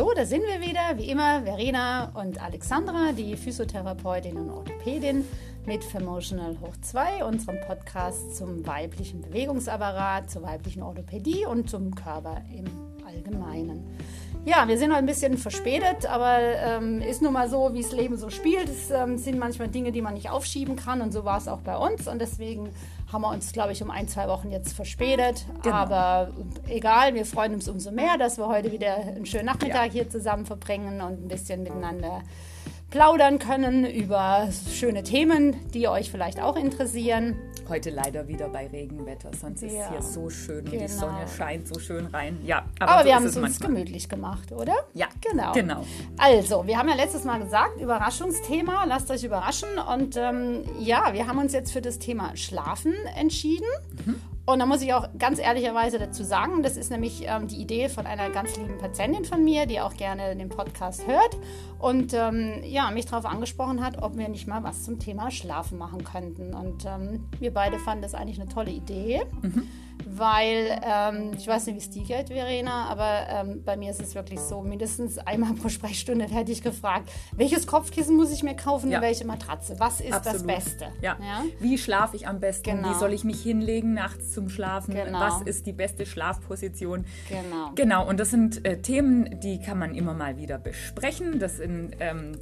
So, da sind wir wieder, wie immer, Verena und Alexandra, die Physiotherapeutin und Orthopädin mit Femotional hoch 2, unserem Podcast zum weiblichen Bewegungsapparat, zur weiblichen Orthopädie und zum Körper im Allgemeinen. Ja, wir sind heute ein bisschen verspätet, aber ist nun mal so, wie das Leben so spielt. Es sind manchmal Dinge, die man nicht aufschieben kann, und so war es auch bei uns, und deswegen haben wir uns, glaube ich, um 1-2 Wochen jetzt verspätet. Genau. Aber egal, wir freuen uns umso mehr, dass wir heute wieder einen schönen Nachmittag hier zusammen verbringen und ein bisschen miteinander plaudern können über schöne Themen, die euch vielleicht auch interessieren. Heute leider wieder bei Regenwetter, sonst ist es hier so schön und die Sonne scheint so schön rein. Ja, aber so wir haben es uns gemütlich gemacht, oder? Ja, genau. Also, wir haben ja letztes Mal gesagt, Überraschungsthema, lasst euch überraschen. Und wir haben uns jetzt für das Thema Schlafen entschieden. Und da muss ich auch ganz ehrlicherweise dazu sagen, das ist nämlich die Idee von einer ganz lieben Patientin von mir, die auch gerne den Podcast hört und mich darauf angesprochen hat, ob wir nicht mal was zum Thema Schlafen machen könnten. Und wir beide fanden das eigentlich eine tolle Idee, weil, ich weiß nicht, wie es dir geht, Verena, aber bei mir ist es wirklich so, mindestens einmal pro Sprechstunde hätte ich gefragt, welches Kopfkissen muss ich mir kaufen und welche Matratze? Was ist das Beste? Ja. Wie schlafe ich am besten? Genau. Wie soll ich mich hinlegen nachts zum Schlafen? Genau. Was ist die beste Schlafposition? Genau, und das sind Themen, die kann man immer mal wieder besprechen. Das sind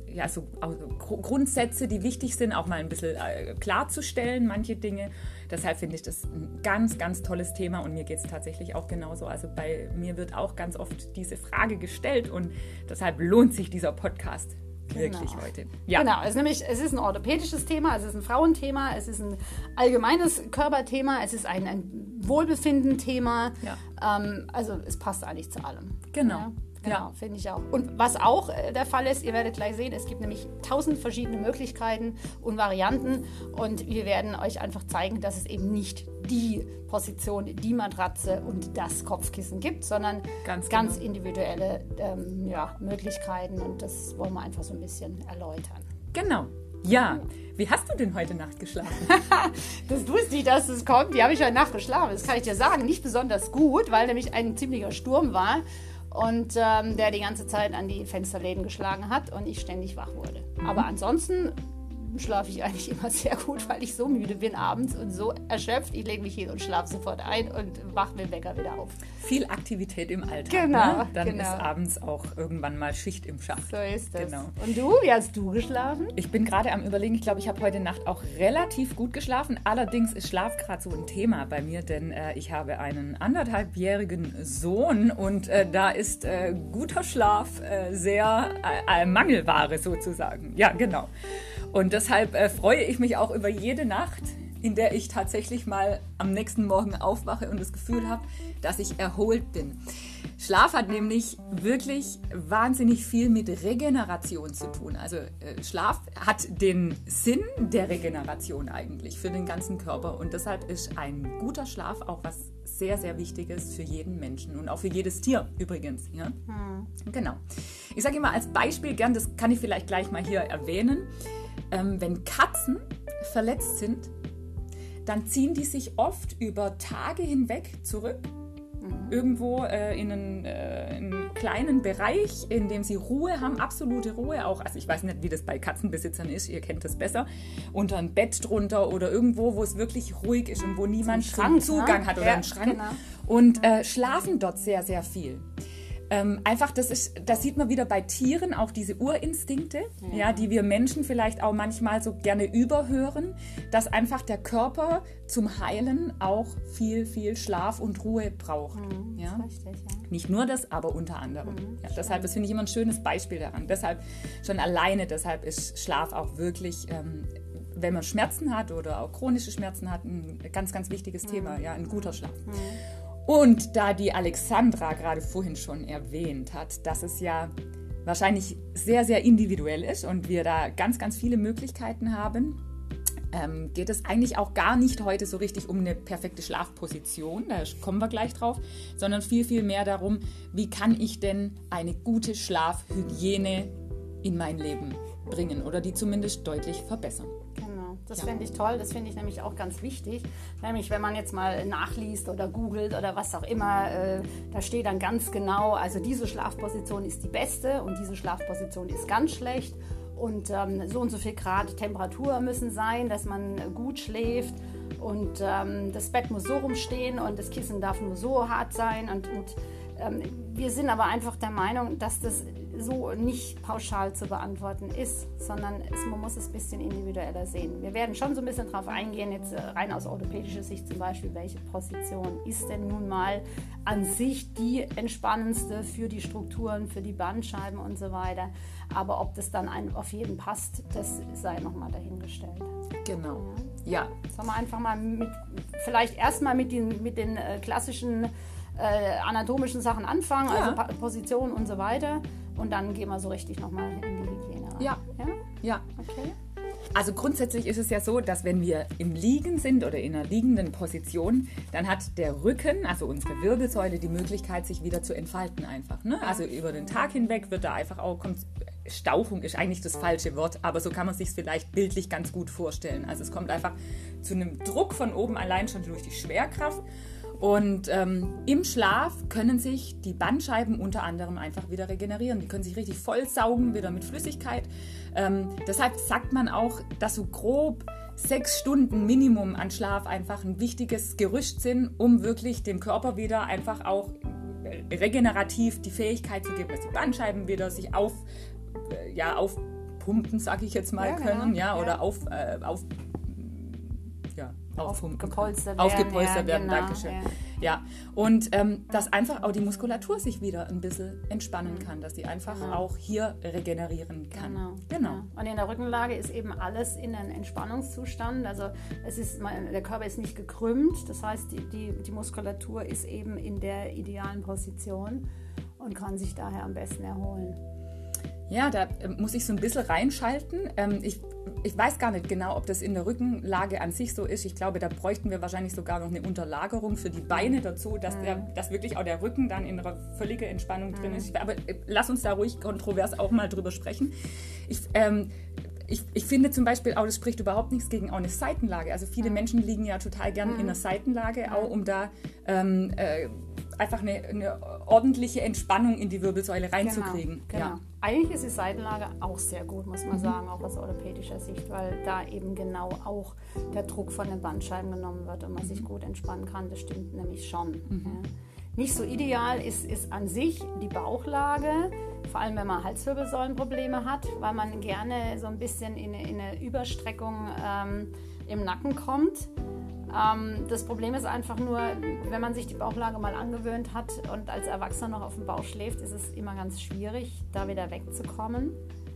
Grundsätze, die wichtig sind, auch mal ein bisschen klarzustellen, manche Dinge. Deshalb finde ich das ein ganz, ganz tolles Thema, und mir geht es tatsächlich auch genauso. Also bei mir wird auch ganz oft diese Frage gestellt, und deshalb lohnt sich dieser Podcast wirklich heute. Ja. Genau, es ist ein orthopädisches Thema, es ist ein Frauenthema, es ist ein allgemeines Körperthema, es ist ein Wohlbefinden-Thema. Ja. Also es passt eigentlich zu allem. Genau. Genau, finde ich auch. Und was auch der Fall ist, ihr werdet gleich sehen, es gibt nämlich 1000 verschiedene Möglichkeiten und Varianten, und wir werden euch einfach zeigen, dass es eben nicht die Position, die Matratze und das Kopfkissen gibt, sondern ganz individuelle Möglichkeiten, und das wollen wir einfach so ein bisschen erläutern. Genau. Ja, wie hast du denn heute Nacht geschlafen? Das wusste ich, dass es kommt. Wie habe ich heute Nacht geschlafen? Das kann ich dir sagen, nicht besonders gut, weil nämlich ein ziemlicher Sturm war. Und der die ganze Zeit an die Fensterläden geschlagen hat und ich ständig wach wurde. Aber ansonsten schlafe ich eigentlich immer sehr gut, weil ich so müde bin abends und so erschöpft. Ich lege mich hin und schlafe sofort ein und wache mit dem Wecker wieder auf. Viel Aktivität im Alltag. Genau. Ne? Dann ist abends auch irgendwann mal Schicht im Schacht. So ist es. Genau. Und du, wie hast du geschlafen? Ich bin gerade am Überlegen, ich glaube, ich habe heute Nacht auch relativ gut geschlafen. Allerdings ist Schlaf gerade so ein Thema bei mir, denn ich habe einen 1,5-jährigen Sohn, und da ist guter Schlaf sehr Mangelware sozusagen. Ja, genau. Und deshalb freue ich mich auch über jede Nacht, in der ich tatsächlich mal am nächsten Morgen aufwache und das Gefühl habe, dass ich erholt bin. Schlaf hat nämlich wirklich wahnsinnig viel mit Regeneration zu tun. Also Schlaf hat den Sinn der Regeneration eigentlich für den ganzen Körper, und deshalb ist ein guter Schlaf auch was sehr, sehr Wichtiges für jeden Menschen und auch für jedes Tier übrigens. Ja? Genau. Ich sage immer als Beispiel gern, das kann ich vielleicht gleich mal hier erwähnen, wenn Katzen verletzt sind, dann ziehen die sich oft über Tage hinweg zurück, irgendwo in einen kleinen Bereich, in dem sie Ruhe haben, absolute Ruhe auch. Also ich weiß nicht, wie das bei Katzenbesitzern ist, ihr kennt das besser, unter ein Bett drunter oder irgendwo, wo es wirklich ruhig ist und wo niemand Zugang hat oder einen Schrank. Genau. Und schlafen dort sehr, sehr viel. Einfach, das sieht man wieder bei Tieren, auch diese Urinstinkte, die wir Menschen vielleicht auch manchmal so gerne überhören, dass einfach der Körper zum Heilen auch viel, viel Schlaf und Ruhe braucht. Ja? Das ist richtig, ja. Nicht nur das, aber unter anderem. Deshalb, das finde ich immer ein schönes Beispiel daran. Deshalb ist Schlaf auch wirklich, wenn man Schmerzen hat oder auch chronische Schmerzen hat, ein ganz, ganz wichtiges Thema, ein guter Schlaf. Und da die Alexandra gerade vorhin schon erwähnt hat, dass es ja wahrscheinlich sehr, sehr individuell ist und wir da ganz, ganz viele Möglichkeiten haben, geht es eigentlich auch gar nicht heute so richtig um eine perfekte Schlafposition, da kommen wir gleich drauf, sondern viel, viel mehr darum, wie kann ich denn eine gute Schlafhygiene in mein Leben bringen oder die zumindest deutlich verbessern. Genau. Das finde ich toll, das finde ich nämlich auch ganz wichtig. Nämlich, wenn man jetzt mal nachliest oder googelt oder was auch immer, da steht dann ganz genau, also diese Schlafposition ist die beste und diese Schlafposition ist ganz schlecht. Und so und so viel Grad Temperatur müssen sein, dass man gut schläft. Und das Bett muss so rumstehen und das Kissen darf nur so hart sein. Und wir sind aber einfach der Meinung, dass das so nicht pauschal zu beantworten ist, sondern man muss es ein bisschen individueller sehen. Wir werden schon so ein bisschen darauf eingehen, jetzt rein aus orthopädischer Sicht zum Beispiel, welche Position ist denn nun mal an sich die entspannendste für die Strukturen, für die Bandscheiben und so weiter. Aber ob das dann auf jeden passt, das sei nochmal dahingestellt. Genau, ja. Sollen wir einfach mal vielleicht erstmal mit den klassischen anatomischen Sachen anfangen, also Position und so weiter. Und dann gehen wir so richtig nochmal in die Hygiene rein. Ja. Okay. Also grundsätzlich ist es ja so, dass wenn wir im Liegen sind oder in einer liegenden Position, dann hat der Rücken, also unsere Wirbelsäule, die Möglichkeit, sich wieder zu entfalten einfach. Ne? Also über den Tag hinweg wird da einfach auch, Stauchung ist eigentlich das falsche Wort, aber so kann man sich es vielleicht bildlich ganz gut vorstellen. Also es kommt einfach zu einem Druck von oben allein schon durch die Schwerkraft. Und im Schlaf können sich die Bandscheiben unter anderem einfach wieder regenerieren. Die können sich richtig vollsaugen, wieder mit Flüssigkeit. Deshalb sagt man auch, dass so grob 6 Stunden Minimum an Schlaf einfach ein wichtiges Gerüst sind, um wirklich dem Körper wieder einfach auch regenerativ die Fähigkeit zu geben, dass die Bandscheiben wieder sich aufpumpen, sage ich jetzt mal, können, oder aufgepolstert werden. Dankeschön. Ja. Und dass einfach auch die Muskulatur sich wieder ein bisschen entspannen kann, dass die einfach auch hier regenerieren kann. Genau. Ja. Und in der Rückenlage ist eben alles in einem Entspannungszustand. Also der Körper ist nicht gekrümmt, das heißt, die Muskulatur ist eben in der idealen Position und kann sich daher am besten erholen. Ja, da muss ich so ein bisschen reinschalten. Ich weiß gar nicht genau, ob das in der Rückenlage an sich so ist. Ich glaube, da bräuchten wir wahrscheinlich sogar noch eine Unterlagerung für die Beine dazu, dass wirklich auch der Rücken dann in einer völligen Entspannung drin ist. Aber lass uns da ruhig kontrovers auch mal drüber sprechen. Ich finde zum Beispiel auch, das spricht überhaupt nichts gegen auch eine Seitenlage. Also viele Menschen liegen ja total gern in einer Seitenlage, auch um da einfach eine ordentliche Entspannung in die Wirbelsäule reinzukriegen. Genau. Ja. Eigentlich ist die Seitenlage auch sehr gut, muss man sagen, auch aus orthopädischer Sicht, weil da eben genau auch der Druck von den Bandscheiben genommen wird und man sich gut entspannen kann. Das stimmt nämlich schon. Ja. Nicht so ideal ist an sich die Bauchlage, vor allem wenn man Halswirbelsäulenprobleme hat, weil man gerne so ein bisschen in eine Überstreckung im Nacken kommt. Das Problem ist einfach nur, wenn man sich die Bauchlage mal angewöhnt hat und als Erwachsener noch auf dem Bauch schläft, ist es immer ganz schwierig, da wieder wegzukommen.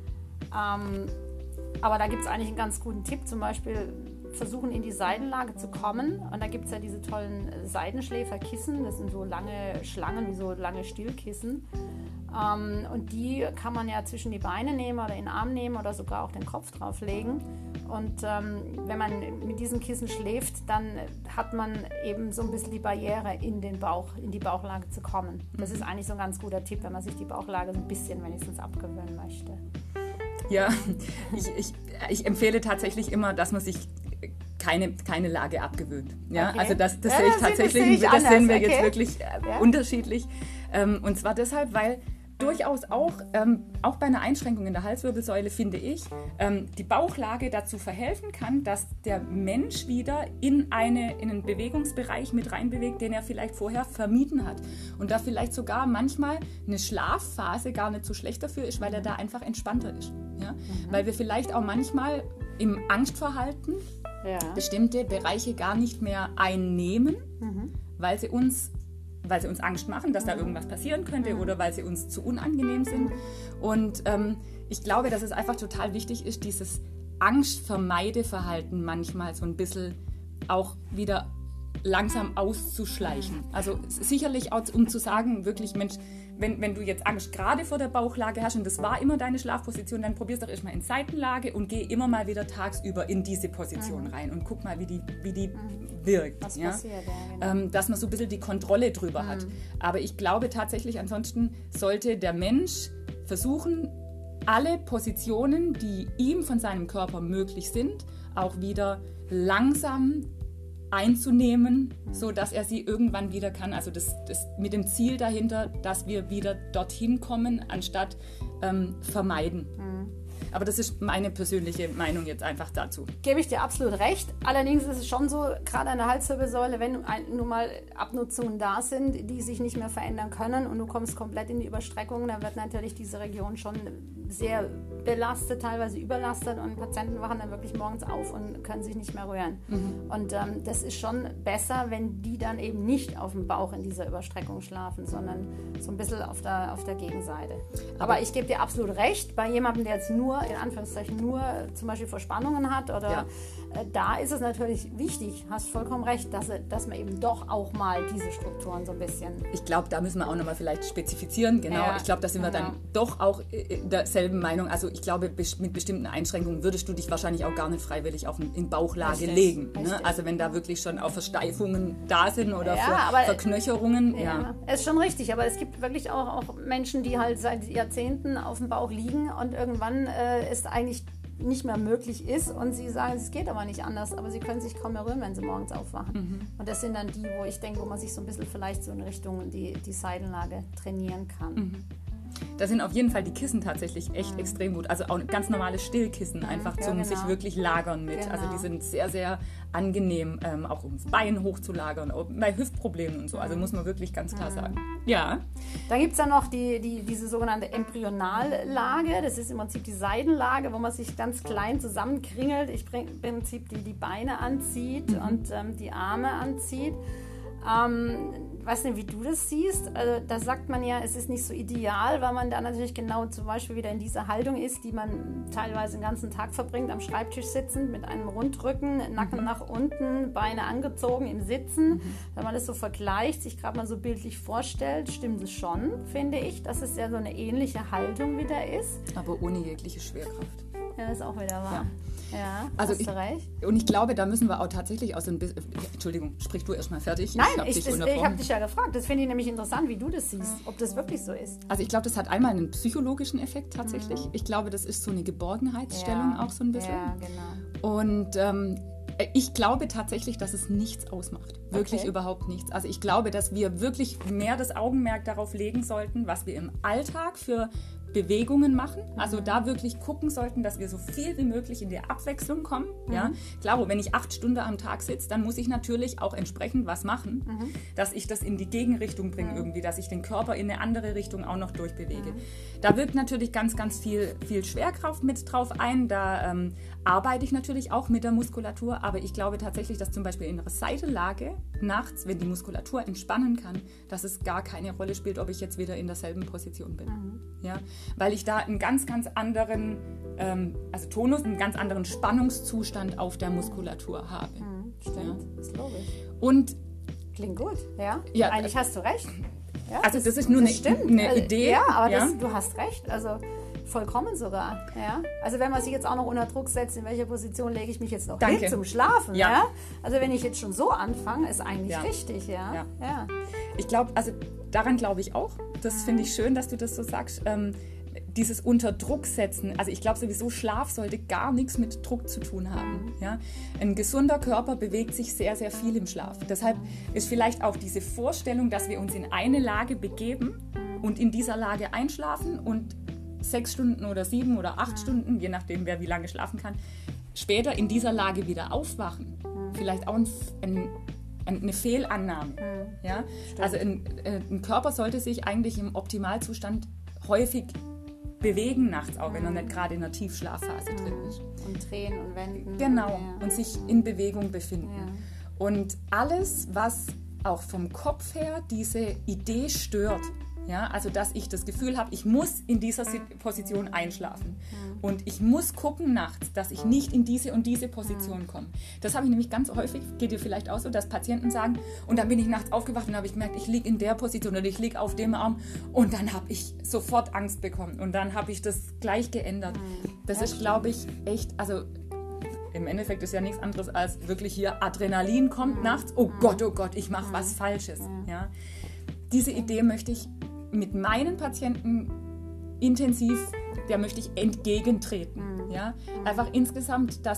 Aber da gibt es eigentlich einen ganz guten Tipp, zum Beispiel versuchen in die Seitenlage zu kommen. Und da gibt es ja diese tollen Seidenschläferkissen, das sind so lange Schlangen, wie so lange Stillkissen. Und die kann man ja zwischen die Beine nehmen oder in den Arm nehmen oder sogar auch den Kopf drauflegen. Und wenn man mit diesem Kissen schläft, dann hat man eben so ein bisschen die Barriere in die Bauchlage zu kommen. Das ist eigentlich so ein ganz guter Tipp, wenn man sich die Bauchlage so ein bisschen wenigstens abgewöhnen möchte. Ja, ich empfehle tatsächlich immer, dass man sich keine Lage abgewöhnt. Ja, okay. Also das sehe ich tatsächlich, das sehen wir jetzt wirklich unterschiedlich. Und zwar deshalb, weil durchaus auch bei einer Einschränkung in der Halswirbelsäule, finde ich, die Bauchlage dazu verhelfen kann, dass der Mensch wieder in einen Bewegungsbereich mit reinbewegt, den er vielleicht vorher vermieden hat. Und da vielleicht sogar manchmal eine Schlafphase gar nicht so schlecht dafür ist, weil er da einfach entspannter ist. Ja? Weil wir vielleicht auch manchmal im Angstverhalten bestimmte Bereiche gar nicht mehr einnehmen, weil sie uns Angst machen, dass da irgendwas passieren könnte oder weil sie uns zu unangenehm sind. Und ich glaube, dass es einfach total wichtig ist, dieses Angstvermeideverhalten manchmal so ein bisschen auch wieder langsam auszuschleichen. Also sicherlich auch, um zu sagen, wirklich, Mensch, wenn du jetzt Angst gerade vor der Bauchlage hast und das war immer deine Schlafposition, dann probier's doch erstmal in Seitenlage und geh immer mal wieder tagsüber in diese Position rein und guck mal, wie die wirkt. Was passiert, genau. Dass man so ein bisschen die Kontrolle drüber hat. Aber ich glaube tatsächlich, ansonsten sollte der Mensch versuchen, alle Positionen, die ihm von seinem Körper möglich sind, auch wieder langsam einzunehmen, so dass er sie irgendwann wieder kann. Also das mit dem Ziel dahinter, dass wir wieder dorthin kommen, anstatt vermeiden. Aber das ist meine persönliche Meinung jetzt einfach dazu. Gebe ich dir absolut recht. Allerdings ist es schon so, gerade an der Halswirbelsäule, wenn nun mal Abnutzungen da sind, die sich nicht mehr verändern können und du kommst komplett in die Überstreckung, dann wird natürlich diese Region schon sehr belastet, teilweise überlastet und Patienten wachen dann wirklich morgens auf und können sich nicht mehr rühren. Und das ist schon besser, wenn die dann eben nicht auf dem Bauch in dieser Überstreckung schlafen, sondern so ein bisschen auf der Gegenseite. Aber ich gebe dir absolut recht, bei jemandem, der jetzt nur, in Anführungszeichen, nur zum Beispiel Verspannungen hat oder da ist es natürlich wichtig, hast vollkommen recht, dass man eben doch auch mal diese Strukturen so ein bisschen... Ich glaube, da müssen wir auch nochmal vielleicht spezifizieren, genau. Ja, ich glaube, da sind wir dann doch auch derselben Meinung. Also ich glaube, mit bestimmten Einschränkungen würdest du dich wahrscheinlich auch gar nicht freiwillig in Bauchlage legen. Ne? Also wenn da wirklich schon auch Versteifungen da sind oder Verknöcherungen. Ja, ist schon richtig, aber es gibt wirklich auch Menschen, die halt seit Jahrzehnten auf dem Bauch liegen und irgendwann ist eigentlich nicht mehr möglich ist und sie sagen, es geht aber nicht anders, aber sie können sich kaum mehr rühren, wenn sie morgens aufwachen. Und das sind dann die, wo ich denke, wo man sich so ein bisschen vielleicht so in Richtung die Seitenlage trainieren kann. Da sind auf jeden Fall die Kissen tatsächlich echt extrem gut. Also auch ganz normale Stillkissen einfach zum sich wirklich lagern mit. Also die sind sehr, sehr angenehm, auch ums Bein hochzulagern, auch bei Hüftproblemen und so. Also muss man wirklich ganz klar sagen. Ja. Dann gibt es dann noch diese sogenannte Embryonallage. Das ist im Prinzip die Seitenlage, wo man sich ganz klein zusammenkringelt. Im Prinzip die Beine anzieht und die Arme anzieht. Weiß nicht, wie du das siehst. Also da sagt man ja, es ist nicht so ideal, weil man da natürlich genau zum Beispiel wieder in dieser Haltung ist, die man teilweise den ganzen Tag verbringt, am Schreibtisch sitzend, mit einem Rundrücken, Nacken nach unten, Beine angezogen im Sitzen. Wenn man das so vergleicht, sich gerade mal so bildlich vorstellt, stimmt es schon, finde ich, dass es ja so eine ähnliche Haltung wieder ist. Aber ohne jegliche Schwerkraft. Ja, das ist auch wieder wahr. Ja, also hast du recht. Und ich glaube, da müssen wir auch tatsächlich aus so ein bisschen... Entschuldigung, sprich du erstmal fertig. Nein, ich habe dich ja gefragt. Das finde ich nämlich interessant, wie du das siehst, ob das wirklich so ist. Also ich glaube, das hat einmal einen psychologischen Effekt tatsächlich. Ich glaube, das ist so eine Geborgenheitsstellung auch so ein bisschen. Ja, genau. Und ich glaube tatsächlich, dass es nichts ausmacht. Wirklich überhaupt nichts. Also ich glaube, dass wir wirklich mehr das Augenmerk darauf legen sollten, was wir im Alltag für Bewegungen machen, also da wirklich gucken sollten, dass wir so viel wie möglich in die Abwechslung kommen. Ja? Klar, wenn ich 8 Stunden am Tag sitze, dann muss ich natürlich auch entsprechend was machen, dass ich das in die Gegenrichtung bringe irgendwie, dass ich den Körper in eine andere Richtung auch noch durchbewege. Da wirkt natürlich ganz, ganz viel Schwerkraft mit drauf ein, da arbeite ich natürlich auch mit der Muskulatur, aber ich glaube tatsächlich, dass zum Beispiel in der Seitenlage nachts, wenn die Muskulatur entspannen kann, dass es gar keine Rolle spielt, ob ich jetzt wieder in derselben Position bin. Ja? Weil ich da einen ganz, ganz anderen Tonus, einen ganz anderen Spannungszustand auf der Muskulatur habe. Stimmt, ja. Das ist logisch. Und klingt gut, ja. Eigentlich hast du recht. Ja, also das ist nur eine Idee. Ja, aber du hast recht, also vollkommen sogar. Ja? Also wenn man sich jetzt auch noch unter Druck setzt, in welcher Position lege ich mich jetzt noch hin zum Schlafen. Ja. Also wenn ich jetzt schon so anfange, ist eigentlich richtig. Ja. Ich glaube, also daran glaube ich auch. Das finde ich schön, dass du das so sagst. Dieses unter Druck setzen, also ich glaube sowieso, Schlaf sollte gar nichts mit Druck zu tun haben. Ja? Ein gesunder Körper bewegt sich sehr, sehr viel im Schlaf. Deshalb ist vielleicht auch diese Vorstellung, dass wir uns in eine Lage begeben und in dieser Lage einschlafen und 6 Stunden oder 7 oder 8 Stunden, je nachdem, wer wie lange schlafen kann, später in dieser Lage wieder aufwachen. Vielleicht auch eine Fehlannahme. Ja? Also ein Körper sollte sich eigentlich im Optimalzustand häufig bewegen nachts auch, wenn er nicht gerade in einer Tiefschlafphase drin ist. Und drehen und wenden. Genau, und sich in Bewegung befinden. Ja. Und alles, was auch vom Kopf her diese Idee stört, ja, also dass ich das Gefühl habe, ich muss in dieser Position einschlafen und ich muss gucken nachts, dass ich nicht in diese und diese Position komme. Das habe ich nämlich ganz häufig, geht dir vielleicht auch so, dass Patienten sagen, und dann bin ich nachts aufgewacht und habe ich gemerkt, ich liege in der Position oder ich liege auf dem Arm und dann habe ich sofort Angst bekommen und dann habe ich das gleich geändert. Das ist, glaube ich, echt, also im Endeffekt ist ja nichts anderes als wirklich hier Adrenalin kommt nachts, oh Gott, ich mache was Falsches. Ja. Diese Idee möchte ich mit meinen Patienten intensiv, der möchte ich entgegentreten. Ja? Einfach insgesamt, dass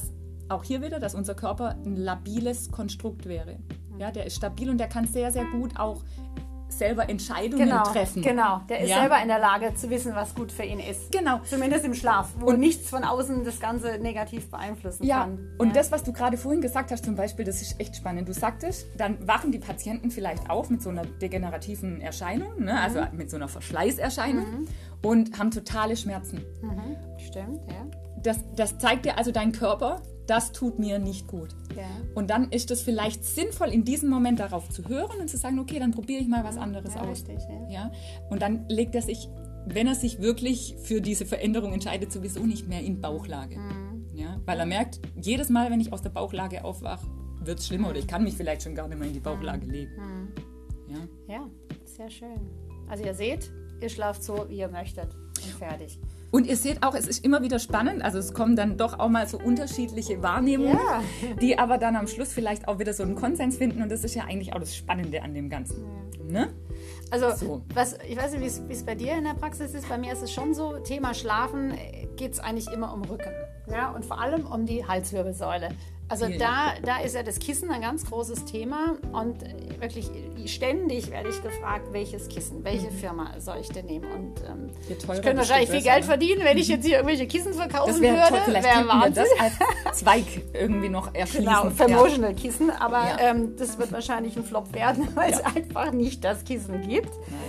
auch hier wieder, dass unser Körper ein labiles Konstrukt wäre. Ja, der ist stabil und der kann sehr, sehr gut auch selber Entscheidungen treffen. Genau, der ist selber in der Lage zu wissen, was gut für ihn ist. Genau. Zumindest im Schlaf, wo nichts von außen das Ganze negativ beeinflussen kann. Und das, was du gerade vorhin gesagt hast zum Beispiel, das ist echt spannend. Du sagtest, dann wachen die Patienten vielleicht auf mit so einer degenerativen Erscheinung, ne? Also mit so einer Verschleißerscheinung und haben totale Schmerzen. Stimmt, ja. Das zeigt dir also dein Körper, das tut mir nicht gut. Ja. Und dann ist es vielleicht sinnvoll, in diesem Moment darauf zu hören und zu sagen, okay, dann probiere ich mal was anderes aus. Richtig, ja. Und dann legt er sich, wenn er sich wirklich für diese Veränderung entscheidet, sowieso nicht mehr in Bauchlage. Ja. Weil er merkt, jedes Mal, wenn ich aus der Bauchlage aufwache, wird es schlimmer oder ich kann mich vielleicht schon gar nicht mehr in die Bauchlage legen. Ja, sehr schön. Also ihr seht, ihr schlaft so, wie ihr möchtet und fertig. Und ihr seht auch, es ist immer wieder spannend, also es kommen dann doch auch mal so unterschiedliche Wahrnehmungen, die aber dann am Schluss vielleicht auch wieder so einen Konsens finden und das ist ja eigentlich auch das Spannende an dem Ganzen. Ne? Also, ich weiß nicht, wie es bei dir in der Praxis ist, bei mir ist es schon so, Thema Schlafen geht es eigentlich immer um Rücken, ja, und vor allem um die Halswirbelsäule. Also da ist ja das Kissen ein ganz großes Thema und wirklich ständig werde ich gefragt, welches Kissen, welche Firma soll ich denn nehmen? Und ich könnte wahrscheinlich viel Geld verdienen, wenn ich jetzt hier irgendwelche Kissen verkaufen würde. Toll. Vielleicht könnten wir das als Zweig irgendwie noch erschließen. Genau, Vermotional Kissen, aber das wird wahrscheinlich ein Flop werden, weil es einfach nicht das Kissen gibt.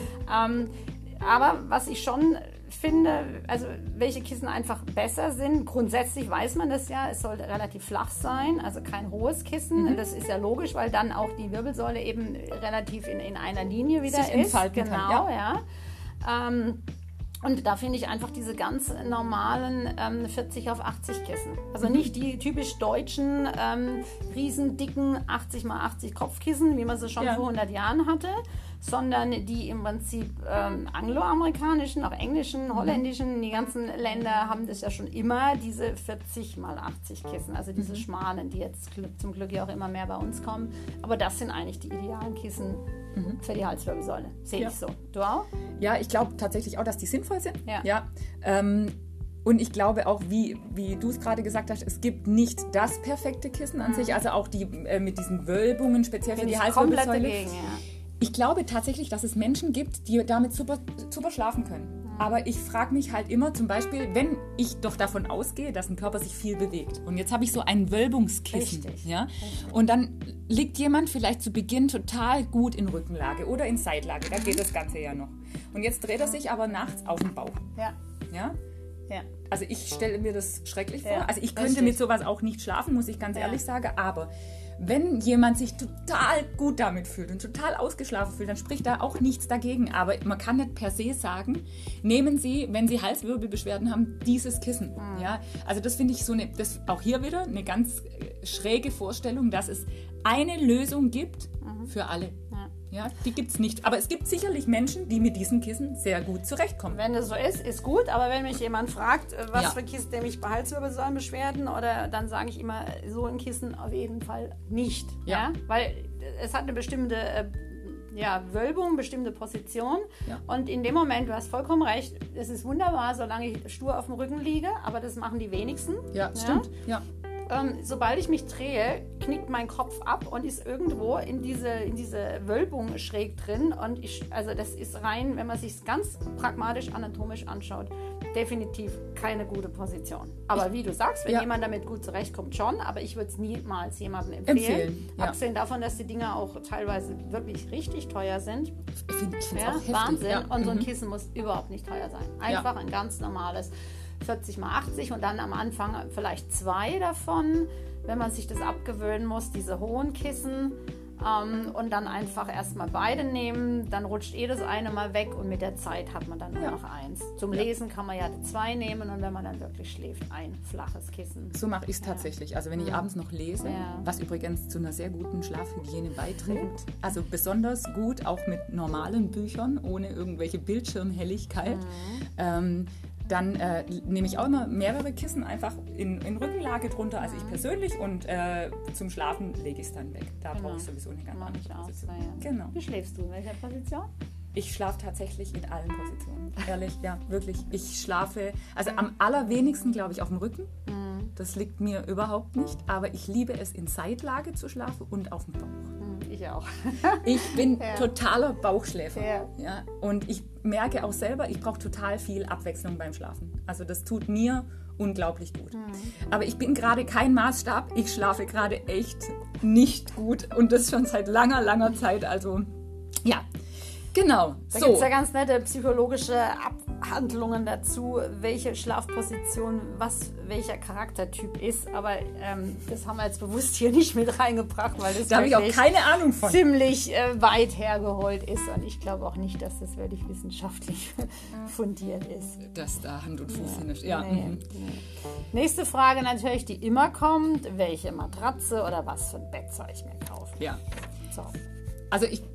Aber was ich schon finde, also welche Kissen einfach besser sind. Grundsätzlich weiß man das ja, es sollte relativ flach sein, also kein hohes Kissen. Das ist ja logisch, weil dann auch die Wirbelsäule eben relativ in einer Linie wieder sich entfalten kann. Genau, ja. Und da finde ich einfach diese ganz normalen 40 auf 80 Kissen. Also nicht die typisch deutschen, riesen dicken 80 x 80 Kopfkissen, wie man sie schon vor 100 Jahren hatte, sondern die im Prinzip angloamerikanischen, auch englischen, holländischen, die ganzen Länder haben das ja schon immer, diese 40 x 80 Kissen, also diese schmalen, die jetzt zum Glück ja auch immer mehr bei uns kommen. Aber das sind eigentlich die idealen Kissen für die Halswirbelsäule. Sehe ich so. Du auch? Ja, ich glaube tatsächlich auch, dass die sinnvoll sind. Ja. Und ich glaube auch, wie du es gerade gesagt hast, es gibt nicht das perfekte Kissen an sich, also auch die mit diesen Wölbungen, speziell für die Halswirbelsäule. Komplett dagegen, ja. Ich glaube tatsächlich, dass es Menschen gibt, die damit super schlafen können. Aber ich frage mich halt immer, zum Beispiel, wenn ich doch davon ausgehe, dass ein Körper sich viel bewegt. Und jetzt habe ich so ein Wölbungskissen. Richtig. Ja? Und dann liegt jemand vielleicht zu Beginn total gut in Rückenlage oder in Seitlage. Da geht das Ganze ja noch. Und jetzt dreht er sich aber nachts auf den Bauch. Ja. Ja? Ja. Also ich stelle mir das schrecklich vor. Ja, also ich könnte mit sowas auch nicht schlafen, muss ich ganz ehrlich sagen. Aber wenn jemand sich total gut damit fühlt und total ausgeschlafen fühlt, dann spricht da auch nichts dagegen. Aber man kann nicht per se sagen, nehmen Sie, wenn Sie Halswirbelbeschwerden haben, dieses Kissen. Ja? Also das finde ich das auch hier wieder eine ganz schräge Vorstellung, dass es eine Lösung gibt für alle. Ja, die gibt es nicht. Aber es gibt sicherlich Menschen, die mit diesem Kissen sehr gut zurechtkommen. Wenn das so ist gut. Aber wenn mich jemand fragt, was für Kissen nehme ich bei Halswirbelsäulenbeschwerden, oder dann sage ich immer, so ein Kissen auf jeden Fall nicht. Ja? Weil es hat eine bestimmte Wölbung, bestimmte Position. Ja. Und in dem Moment, du hast vollkommen recht, es ist wunderbar, solange ich stur auf dem Rücken liege. Aber das machen die wenigsten. Ja, stimmt. Ja. Sobald ich mich drehe, knickt mein Kopf ab und ist irgendwo in diese Wölbung schräg drin. Und also das ist rein, wenn man sich es ganz pragmatisch anatomisch anschaut, definitiv keine gute Position. Aber wie du sagst, wenn jemand damit gut zurechtkommt, schon. Aber ich würde es niemals jemandem empfehlen. Abgesehen davon, dass die Dinger auch teilweise wirklich richtig teuer sind. Ich finde es auch heftig. Wahnsinn. Ja. Und so ein Kissen muss überhaupt nicht teuer sein. Einfach ein ganz normales 40 x 80 und dann am Anfang vielleicht 2 davon, wenn man sich das abgewöhnen muss, diese hohen Kissen, und dann einfach erstmal beide nehmen, dann rutscht das eine mal weg und mit der Zeit hat man dann nur noch eins. Zum Lesen kann man 2 nehmen und wenn man dann wirklich schläft, ein flaches Kissen. So mache ich es tatsächlich. Also wenn ich abends noch lese, was übrigens zu einer sehr guten Schlafhygiene beiträgt, also besonders gut auch mit normalen Büchern, ohne irgendwelche Bildschirmhelligkeit, dann nehme ich auch immer mehrere Kissen einfach in Rückenlage drunter, also ich persönlich, und zum Schlafen lege ich es dann weg. Da brauche ich sowieso eine ganz andere Position. Genau. Wie schläfst du? In welcher Position? Ich schlafe tatsächlich in allen Positionen. Ehrlich, ja, wirklich. Ich schlafe, also am allerwenigsten, glaube ich, auf dem Rücken. Das liegt mir überhaupt nicht. Aber ich liebe es, in Seitlage zu schlafen und auf dem Bauch. Ich auch. Ich bin totaler Bauchschläfer. Ja. Ja? Und ich merke auch selber, ich brauche total viel Abwechslung beim Schlafen. Also das tut mir unglaublich gut. Aber ich bin gerade kein Maßstab. Ich schlafe gerade echt nicht gut. Und das schon seit langer, langer Zeit. Also ja, genau. Da gibt es ja ganz nette psychologische Abhandlungen dazu, welche Schlafposition welcher Charaktertyp ist. Aber das haben wir jetzt bewusst hier nicht mit reingebracht, weil das da habe ich auch keine Ahnung von. Ziemlich weit hergeholt ist. Und ich glaube auch nicht, dass das wirklich wissenschaftlich fundiert ist. Dass da Hand und Fuß hin ist. Ja. Nee. Nächste Frage natürlich, die immer kommt. Welche Matratze oder was für ein Bett soll ich mir kaufen? Ja. So. Also ich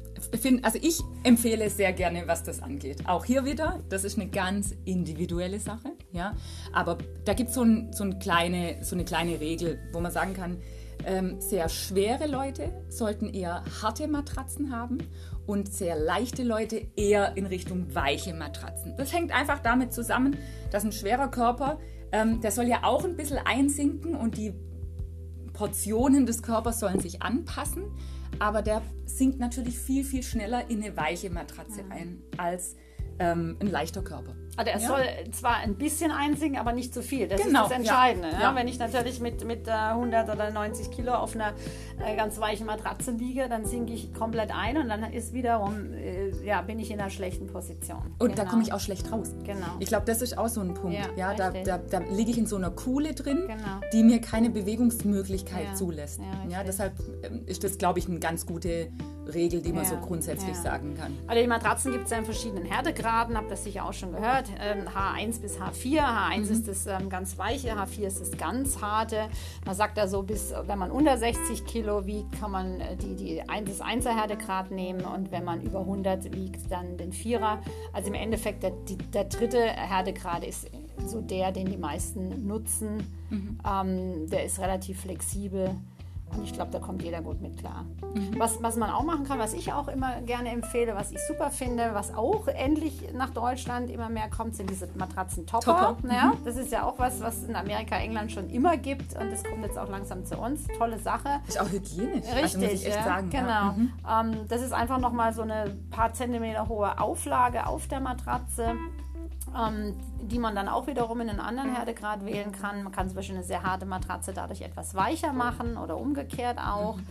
empfehle sehr gerne, was das angeht. Auch hier wieder, das ist eine ganz individuelle Sache, ja. Aber da gibt es so eine kleine Regel, wo man sagen kann, sehr schwere Leute sollten eher harte Matratzen haben und sehr leichte Leute eher in Richtung weiche Matratzen. Das hängt einfach damit zusammen, dass ein schwerer Körper, der soll ja auch ein bisschen einsinken und die Portionen des Körpers sollen sich anpassen. Aber der sinkt natürlich viel, viel schneller in eine weiche Matratze ein als ein leichter Körper. Also er soll zwar ein bisschen einsinken, aber nicht zu viel. Das Genau, ist das Entscheidende. ja. Ja? Wenn ich natürlich mit 100 oder 90 Kilo auf einer ganz weichen Matratze liege, dann sinke ich komplett ein und dann ist wiederum, bin ich in einer schlechten Position. Und da komme ich auch schlecht raus. Genau. Ich glaube, das ist auch so ein Punkt. Ja, da liege ich in so einer Kuhle drin, Genau. die mir keine Bewegungsmöglichkeit zulässt. Ja, deshalb ist das, glaube ich, eine ganz gute Regel, die man so grundsätzlich sagen kann. Also die Matratzen gibt es ja in verschiedenen Härtegraden, habt das sicher auch schon gehört. H1 bis H4. H1 ist das ganz weiche, H4 ist das ganz harte. Man sagt da so, wenn man unter 60 Kilo wiegt, kann man das 1er Härtegrad nehmen und wenn man über 100 wiegt, dann den 4er. Also im Endeffekt der dritte Härtegrad ist so den die meisten nutzen. Der ist relativ flexibel. Und ich glaube, da kommt jeder gut mit klar. Was man auch machen kann, was ich auch immer gerne empfehle, was ich super finde, was auch endlich nach Deutschland immer mehr kommt, sind diese Matratzen-Topper. Ja, das ist ja auch was in Amerika, England schon immer gibt und das kommt jetzt auch langsam zu uns. Tolle Sache. Ist auch hygienisch. Richtig, also muss ich echt sagen. Genau. Ja. Das ist einfach nochmal so eine paar Zentimeter hohe Auflage auf der Matratze, die man dann auch wiederum in einen anderen Härtegrad wählen kann. Man kann zum Beispiel eine sehr harte Matratze dadurch etwas weicher machen oder umgekehrt auch.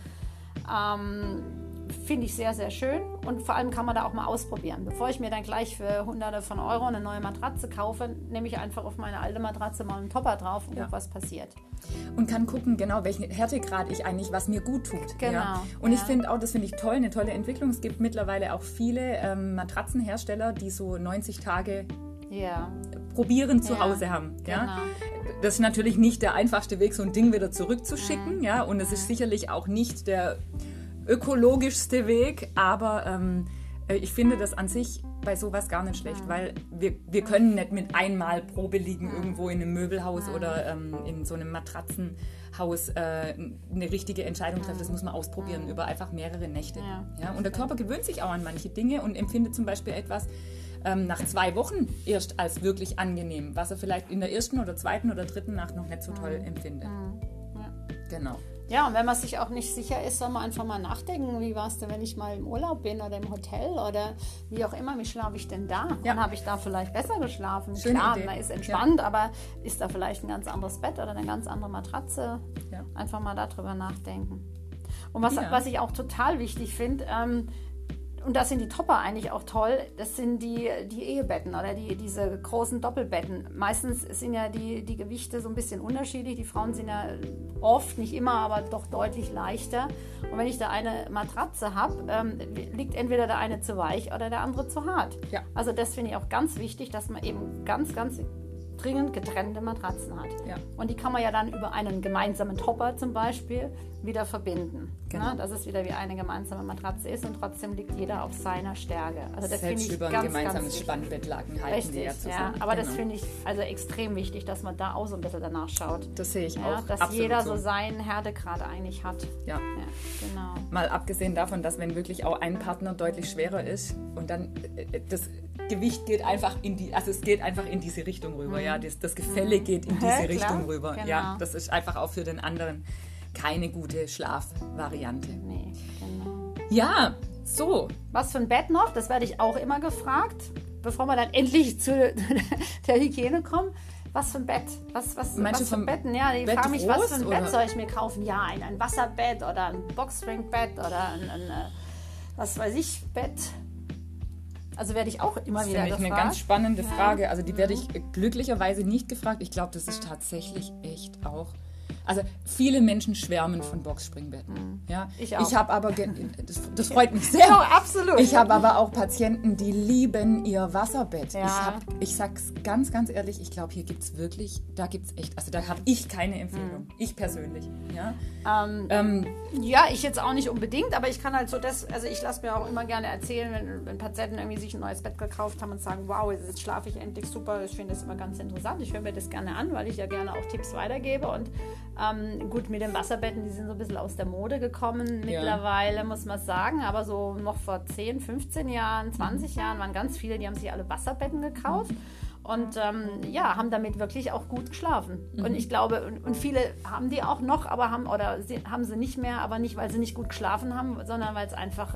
Finde ich sehr, sehr schön und vor allem kann man da auch mal ausprobieren. Bevor ich mir dann gleich für Hunderte von Euro eine neue Matratze kaufe, nehme ich einfach auf meine alte Matratze mal einen Topper drauf und gucke, was passiert. Und kann gucken, genau, welchen Härtegrad ich eigentlich, was mir gut tut. Genau. Ja. Und ich finde auch, das finde ich toll, eine tolle Entwicklung. Es gibt mittlerweile auch viele Matratzenhersteller, die so 90 Tage probieren zu Hause haben. Ja? Genau. Das ist natürlich nicht der einfachste Weg, so ein Ding wieder zurückzuschicken. Ja? Und es ist sicherlich auch nicht der ökologischste Weg, aber ich finde das an sich bei sowas gar nicht schlecht, weil wir können nicht mit einmal Probe liegen irgendwo in einem Möbelhaus oder in so einem Matratzenhaus eine richtige Entscheidung treffen. Das muss man ausprobieren über einfach mehrere Nächte. Ja? Und der Körper gewöhnt sich auch an manche Dinge und empfindet zum Beispiel etwas nach 2 Wochen erst als wirklich angenehm, was er vielleicht in der ersten oder zweiten oder dritten Nacht noch nicht so toll empfindet. Genau. Ja, und wenn man sich auch nicht sicher ist, soll man einfach mal nachdenken, wie war es denn, wenn ich mal im Urlaub bin oder im Hotel oder wie auch immer, wie schlafe ich denn da? Ja. Und habe ich da vielleicht besser geschlafen? Schöne Klar, Idee. man ist entspannt, aber ist da vielleicht ein ganz anderes Bett oder eine ganz andere Matratze? Ja. Einfach mal darüber nachdenken. Und was ich auch total wichtig finde, und da sind die Topper eigentlich auch toll, das sind die Ehebetten oder diese großen Doppelbetten. Meistens sind ja die Gewichte so ein bisschen unterschiedlich. Die Frauen sind ja oft, nicht immer, aber doch deutlich leichter. Und wenn ich da eine Matratze habe, liegt entweder der eine zu weich oder der andere zu hart. Ja. Also das finde ich auch ganz wichtig, dass man eben ganz, ganz dringend getrennte Matratzen hat. Ja. Und die kann man ja dann über einen gemeinsamen Topper zum Beispiel wieder verbinden. Genau. Ne? Dass es wieder wie eine gemeinsame Matratze ist und trotzdem liegt jeder auf seiner Stärke. Also das Selbst finde ich über ein ganz, gemeinsames ganz Spannbettlaken halten richtig, die ja zusammen. aber genau. das finde ich also extrem wichtig, dass man da auch so ein bisschen danach schaut. Das sehe ich Ja, auch. dass absolut jeder so seinen Härtegrad eigentlich hat. Ja. Ja, genau. Mal abgesehen davon, dass wenn wirklich auch ein Partner deutlich schwerer ist und dann das Gewicht geht einfach es geht einfach in diese Richtung rüber, ja, das Gefälle geht in diese Ja, Richtung klar, rüber, genau. ja, das ist einfach auch für den anderen keine gute Schlafvariante. Nee, genau. Ja, so. Was für ein Bett noch? Das werde ich auch immer gefragt, bevor wir dann endlich zu der Hygiene kommen. Was für ein Bett? Was für Betten? Ja, die fragen mich, was für ein Bett soll ich mir kaufen? Ja, ein Wasserbett oder ein Boxspringbett oder ein was weiß ich, Bett. Also werde ich auch immer wieder gefragt. Das finde ich eine ganz spannende Frage. Also die werde ich glücklicherweise nicht gefragt. Ich glaube, das ist tatsächlich echt auch... Also viele Menschen schwärmen von Boxspringbetten. Ja? Ich auch. Ich habe aber, das freut mich sehr. Oh, absolut. Ich habe aber auch Patienten, die lieben ihr Wasserbett. Ja. Ich sag's ganz, ganz ehrlich, ich glaube, hier gibt's wirklich, da gibt's echt, also da habe ich keine Empfehlung. Ich persönlich. Ja? Ja, ich jetzt auch nicht unbedingt, aber ich kann halt so also ich lasse mir auch immer gerne erzählen, wenn Patienten irgendwie sich ein neues Bett gekauft haben und sagen, wow, jetzt schlafe ich endlich super. Ich finde das immer ganz interessant. Ich höre mir das gerne an, weil ich ja gerne auch Tipps weitergebe und gut, mit den Wasserbetten, die sind so ein bisschen aus der Mode gekommen mittlerweile, muss man sagen, aber so noch vor 10, 15 Jahren, 20 Jahren waren ganz viele, die haben sich alle Wasserbetten gekauft und haben damit wirklich auch gut geschlafen. Und ich glaube, und viele haben die auch noch, aber haben sie nicht mehr, aber nicht, weil sie nicht gut geschlafen haben, sondern weil es einfach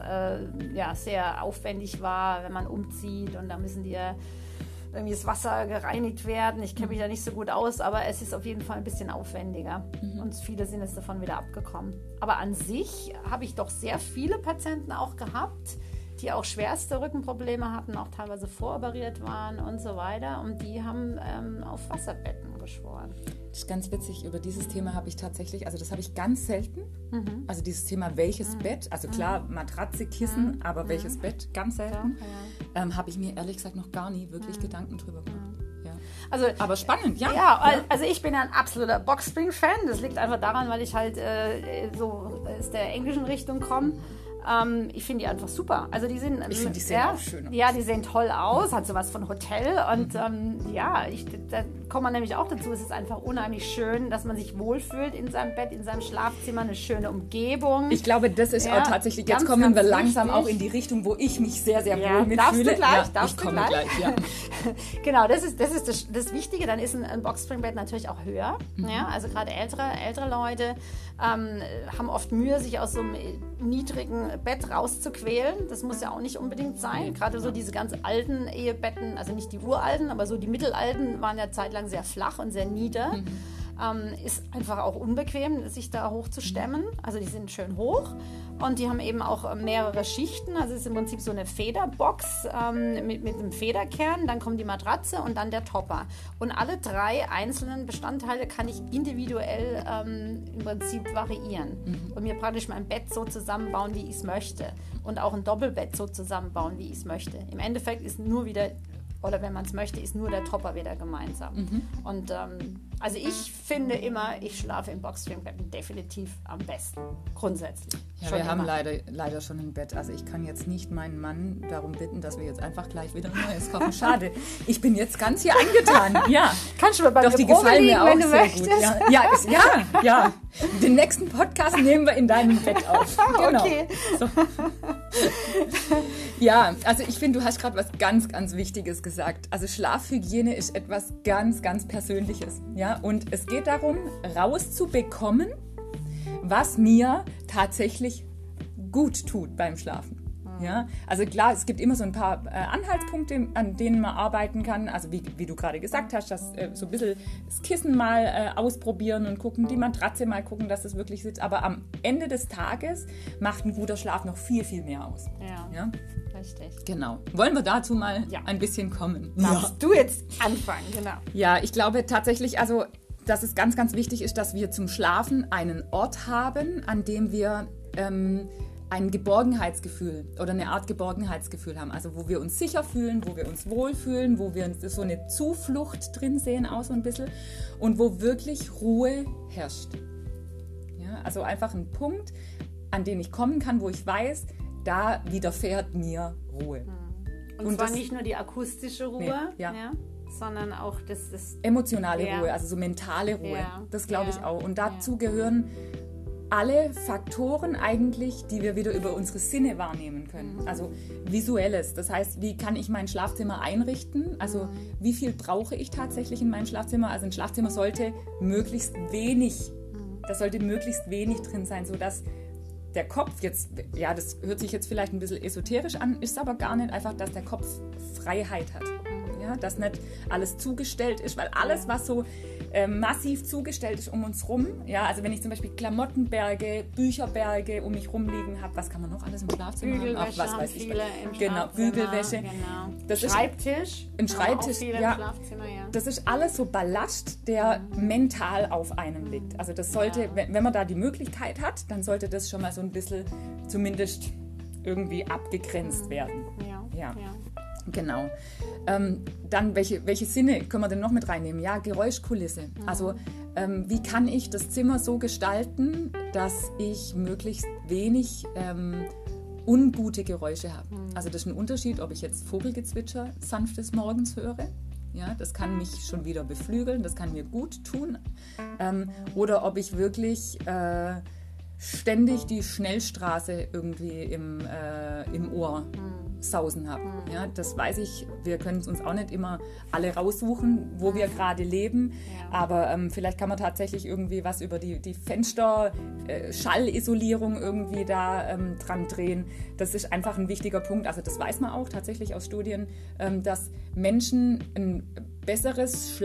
sehr aufwendig war, wenn man umzieht und da müssen die irgendwie das Wasser gereinigt werden. Ich kenne mich da nicht so gut aus, aber es ist auf jeden Fall ein bisschen aufwendiger. Und viele sind jetzt davon wieder abgekommen. Aber an sich habe ich doch sehr viele Patienten auch gehabt, die auch schwerste Rückenprobleme hatten, auch teilweise voroperiert waren und so weiter. Und die haben auf Wasserbetten geschworen. Das ist ganz witzig. Über dieses Thema habe ich tatsächlich, also das habe ich ganz selten. Also dieses Thema, welches Bett, also klar, Matratze, Kissen, aber welches Bett, ganz selten. Habe ich mir ehrlich gesagt noch gar nie wirklich Gedanken drüber gemacht. Ja. Also, aber spannend, ja. Ja, also ich bin ja ein absoluter Boxspring-Fan. Das liegt einfach daran, weil ich halt so aus der englischen Richtung komme. Ich finde die einfach super. Also die sind, ich finde, die sehen auch schön aus. Ja, die sehen toll aus, hat sowas von Hotel. Und da kommt man nämlich auch dazu, es ist einfach unheimlich schön, dass man sich wohlfühlt in seinem Bett, in seinem Schlafzimmer, eine schöne Umgebung. Ich glaube, das ist auch tatsächlich, jetzt kommen wir langsam auch in die Richtung, wo ich mich sehr, sehr wohl mitfühle. Darfst du gleich? Ja. Genau, das ist das Wichtige. Dann ist ein Boxspringbett natürlich auch höher. Ja? Also gerade ältere Leute haben oft Mühe, sich aus so einem niedrigen Bett rauszuquälen. Das muss ja auch nicht unbedingt sein. Gerade so diese ganz alten Ehebetten, also nicht die uralten, aber so die mittelalten waren ja zeitlang sehr flach und sehr nieder. Ist einfach auch unbequem, sich da hochzustemmen. Also die sind schön hoch und die haben eben auch mehrere Schichten. Also es ist im Prinzip so eine Federbox mit einem Federkern, dann kommt die Matratze und dann der Topper. Und alle 3 einzelnen Bestandteile kann ich individuell im Prinzip variieren und mir praktisch mein Bett so zusammenbauen, wie ich es möchte. Und auch ein Doppelbett so zusammenbauen, wie ich es möchte. Im Endeffekt ist nur wieder, oder wenn man es möchte, ist nur der Topper wieder gemeinsam. Und also ich finde immer, ich schlafe im Boxspringbetten definitiv am besten, grundsätzlich. Ja, wir haben leider schon ein Bett. Also ich kann jetzt nicht meinen Mann darum bitten, dass wir jetzt einfach gleich wieder ein neues kaufen. Schade, ich bin jetzt ganz hier angetan. Ja. Kannst du mal bei Doch, mir die Probe gefallen liegen, mir auch wenn du sehr möchtest? gut. Ja. Den nächsten Podcast nehmen wir in deinem Bett auf. Genau. Okay. So. Ja, also ich finde, du hast gerade was ganz, ganz Wichtiges gesagt. Also Schlafhygiene ist etwas ganz, ganz Persönliches. Ja? Und es geht darum, rauszubekommen, was mir tatsächlich gut tut beim Schlafen. Ja? Also klar, es gibt immer so ein paar Anhaltspunkte, an denen man arbeiten kann. Also wie du gerade gesagt hast, dass so ein bisschen das Kissen mal ausprobieren und gucken, die Matratze mal gucken, dass es wirklich sitzt. Aber am Ende des Tages macht ein guter Schlaf noch viel, viel mehr aus. Ja? Richtig. Genau. Wollen wir dazu mal ein bisschen kommen? Darfst du jetzt anfangen, genau. Ja, ich glaube tatsächlich, also dass es ganz, ganz wichtig ist, dass wir zum Schlafen einen Ort haben, an dem wir ein Geborgenheitsgefühl oder eine Art Geborgenheitsgefühl haben. Also wo wir uns sicher fühlen, wo wir uns wohlfühlen, wo wir so eine Zuflucht drin sehen, auch so ein bisschen, und wo wirklich Ruhe herrscht. Ja, Also einfach ein Punkt, an den ich kommen kann, wo ich weiß, da widerfährt mir Ruhe. Und zwar nicht nur die akustische Ruhe, sondern auch das emotionale Ruhe, also so mentale Ruhe. Das glaube ich auch. Und dazu gehören alle Faktoren eigentlich, die wir wieder über unsere Sinne wahrnehmen können. Also Visuelles, das heißt, wie kann ich mein Schlafzimmer einrichten? Also wie viel brauche ich tatsächlich in meinem Schlafzimmer? Also ein Schlafzimmer sollte möglichst wenig drin sein, sodass der Kopf jetzt, das hört sich jetzt vielleicht ein bisschen esoterisch an, ist aber gar nicht, einfach, dass der Kopf Freiheit hat. Ja, dass nicht alles zugestellt ist, weil alles, was so massiv zugestellt ist um uns rum, also wenn ich zum Beispiel Klamottenberge, Bücherberge um mich rumliegen habe, was kann man noch alles im Schlafzimmer haben? Bügelwäsche was weiß ich. Genau, Bügelwäsche. Genau. Das Schreibtisch. Ein Schreibtisch, im Schlafzimmer, Das ist alles so Ballast, der mental auf einem liegt. Also das sollte, wenn man da die Möglichkeit hat, dann sollte das schon mal so ein bisschen zumindest irgendwie abgegrenzt werden. Ja. Genau. Dann, welche Sinne können wir denn noch mit reinnehmen? Ja, Geräuschkulisse. Also, wie kann ich das Zimmer so gestalten, dass ich möglichst wenig ungute Geräusche habe? Also, das ist ein Unterschied, ob ich jetzt Vogelgezwitscher sanftes morgens höre. Ja, das kann mich schon wieder beflügeln, das kann mir gut tun. Oder ob ich wirklich ständig die Schnellstraße irgendwie im Ohr sausen habe. Ja, das weiß ich, wir können es uns auch nicht immer alle raussuchen, wo wir gerade leben, aber vielleicht kann man tatsächlich irgendwie was über die Fenster, Schallisolierung irgendwie da dran drehen. Das ist einfach ein wichtiger Punkt. Also das weiß man auch tatsächlich aus Studien, dass Menschen ein besseres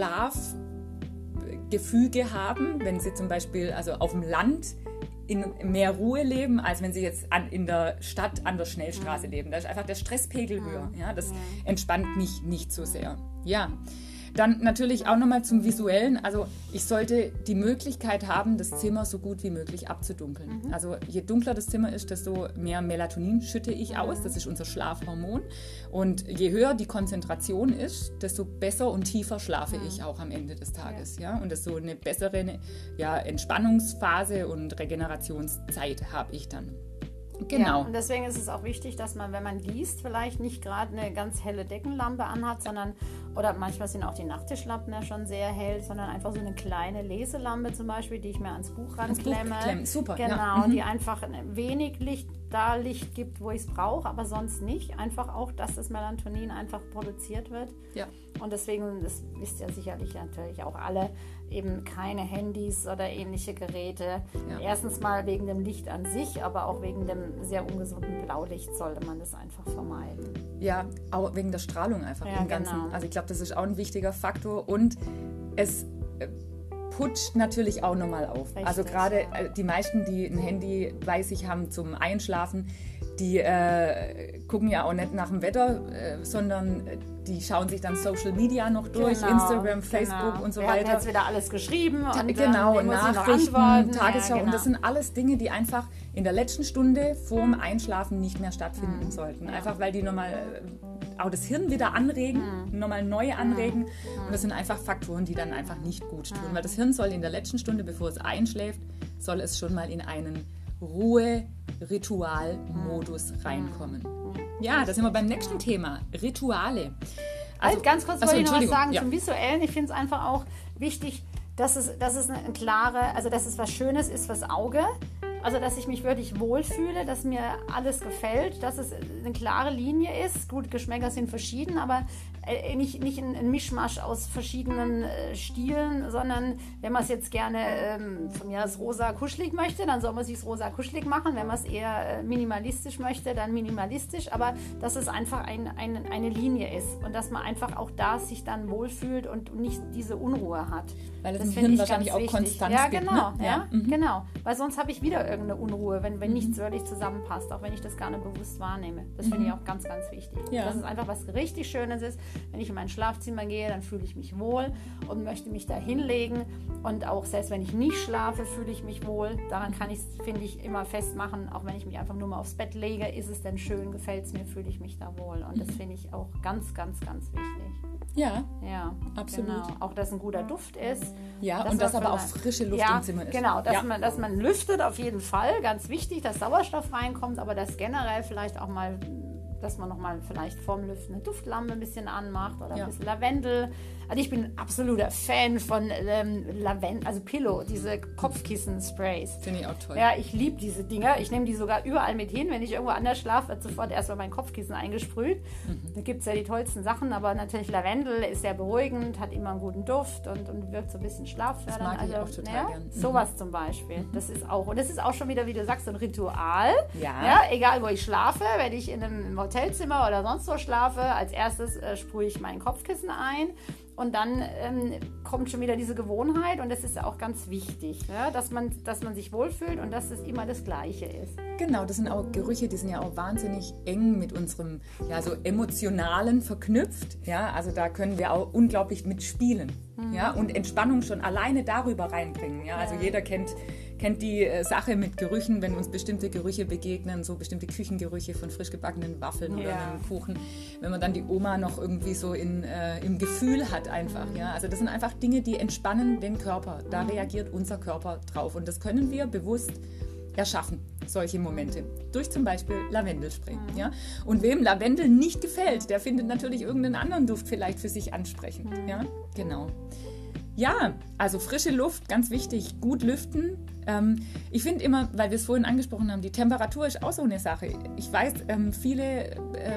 Schlafgefüge haben, wenn sie zum Beispiel auf dem Land in mehr Ruhe leben, als wenn sie jetzt in der Stadt an der Schnellstraße leben. Da ist einfach der Stresspegel höher. Ja, das entspannt mich nicht so sehr. Ja, dann natürlich auch nochmal zum Visuellen. Also ich sollte die Möglichkeit haben, das Zimmer so gut wie möglich abzudunkeln. Also je dunkler das Zimmer ist, desto mehr Melatonin schütte ich aus. Das ist unser Schlafhormon. Und je höher die Konzentration ist, desto besser und tiefer schlafe ich auch am Ende des Tages. Ja? Und desto eine bessere Entspannungsphase und Regenerationszeit habe ich dann. Genau. Ja, und deswegen ist es auch wichtig, dass man, wenn man liest, vielleicht nicht gerade eine ganz helle Deckenlampe anhat, oder manchmal sind auch die Nachttischlampen ja schon sehr hell, sondern einfach so eine kleine Leselampe zum Beispiel, die ich mir ans Buch ranklemme. Super. Genau, die einfach wenig Licht gibt, wo ich es brauche, aber sonst nicht. Einfach auch, dass das Melatonin einfach produziert wird. Ja. Und deswegen, das wisst ihr sicherlich natürlich auch alle, eben keine Handys oder ähnliche Geräte. Ja. Erstens mal wegen dem Licht an sich, aber auch wegen dem sehr ungesunden Blaulicht sollte man das einfach vermeiden. Ja, auch wegen der Strahlung einfach im Ganzen. Genau. Also ich glaube, das ist auch ein wichtiger Faktor und es putscht natürlich auch nochmal auf. Richtig, also gerade die meisten, die ein Handy bei sich haben zum Einschlafen, die gucken ja auch nicht nach dem Wetter, sondern die schauen sich dann Social Media noch durch, Instagram, Facebook und so weiter. Wir haben jetzt wieder alles geschrieben. Und Nachrichten, Tagesschau. Und das sind alles Dinge, die einfach in der letzten Stunde vorm Einschlafen nicht mehr stattfinden sollten. Einfach weil die nochmal auch das Hirn wieder anregen, nochmal neu anregen. Und das sind einfach Faktoren, die dann einfach nicht gut tun. Weil das Hirn soll in der letzten Stunde, bevor es einschläft, soll es schon mal in einen Ruhe-Ritual-Modus reinkommen. Ja, da sind wir beim nächsten Thema. Rituale. Also ganz kurz wollte ich noch was sagen zum Visuellen. Ich finde es einfach auch wichtig, dass es eine klare, also dass es was Schönes ist fürs Auge. Also, dass ich mich wirklich wohlfühle, dass mir alles gefällt, dass es eine klare Linie ist. Gut, Geschmäcker sind verschieden, aber nicht ein Mischmasch aus verschiedenen Stilen, sondern wenn man es jetzt gerne von mir aus rosa kuschelig möchte, dann soll man es sich rosa kuschelig machen. Wenn man es eher minimalistisch möchte, dann minimalistisch. Aber dass es einfach eine Linie ist und dass man einfach auch da sich dann wohlfühlt und nicht diese Unruhe hat. Weil das im Hirn wahrscheinlich auch konstant gibt. Ja, genau. Genau. Weil sonst habe ich wieder irgendeine Unruhe, wenn nichts wirklich zusammenpasst, auch wenn ich das gar nicht bewusst wahrnehme. Das finde ich auch ganz, ganz wichtig. Ja. Dass es einfach was richtig Schönes ist. Wenn ich in mein Schlafzimmer gehe, dann fühle ich mich wohl und möchte mich da hinlegen. Und auch selbst wenn ich nicht schlafe, fühle ich mich wohl. Daran kann ich, finde ich, immer festmachen, auch wenn ich mich einfach nur mal aufs Bett lege, ist es denn schön, gefällt es mir, fühle ich mich da wohl. Und das finde ich auch ganz, ganz, ganz wichtig. Ja, Absolut. Genau. Auch, dass ein guter Duft ist. Ja, und dass aber auch frische Luft im Zimmer ist. Genau, dass man lüftet auf jeden Fall, ganz wichtig, dass Sauerstoff reinkommt, aber dass generell vielleicht auch mal, dass man nochmal vielleicht vorm Lüften eine Duftlampe ein bisschen anmacht oder ein bisschen Lavendel. Also ich bin ein absoluter Fan von Lavendel, also Pillow, diese Kopfkissen-Sprays. Finde ich auch toll. Ja, ich liebe diese Dinger. Ich nehme die sogar überall mit hin. Wenn ich irgendwo anders schlafe, wird sofort erstmal mein Kopfkissen eingesprüht. Da gibt es ja die tollsten Sachen, aber natürlich Lavendel ist sehr beruhigend, hat immer einen guten Duft und wirkt so ein bisschen schlaffördernd. Das mag ich auch total gern. Sowas zum Beispiel. Das ist auch, und das ist auch schon wieder, wie du sagst, so ein Ritual. Ja. Egal, wo ich schlafe, wenn ich in einem Hotelzimmer oder sonst wo schlafe, als erstes sprühe ich mein Kopfkissen ein. Und dann kommt schon wieder diese Gewohnheit und das ist ja auch ganz wichtig, ja, dass man sich wohlfühlt und dass es immer das Gleiche ist. Genau, das sind auch Gerüche, die sind ja auch wahnsinnig eng mit unserem so Emotionalen verknüpft. Ja, also da können wir auch unglaublich mitspielen. Ja, und Entspannung schon alleine darüber reinbringen. Ja, also jeder kennt die Sache mit Gerüchen, wenn uns bestimmte Gerüche begegnen, so bestimmte Küchengerüche von frisch gebackenen Waffeln oder einem Kuchen, wenn man dann die Oma noch irgendwie so im Gefühl hat einfach. Ja? Also das sind einfach Dinge, die entspannen den Körper. Da reagiert unser Körper drauf und das können wir bewusst erschaffen, solche Momente. Durch zum Beispiel Lavendelspray. Ja? Und wem Lavendel nicht gefällt, der findet natürlich irgendeinen anderen Duft vielleicht für sich ansprechend. Ja? Genau. Ja, also frische Luft, ganz wichtig, gut lüften. Ich finde immer, weil wir es vorhin angesprochen haben, die Temperatur ist auch so eine Sache. Ich weiß, viele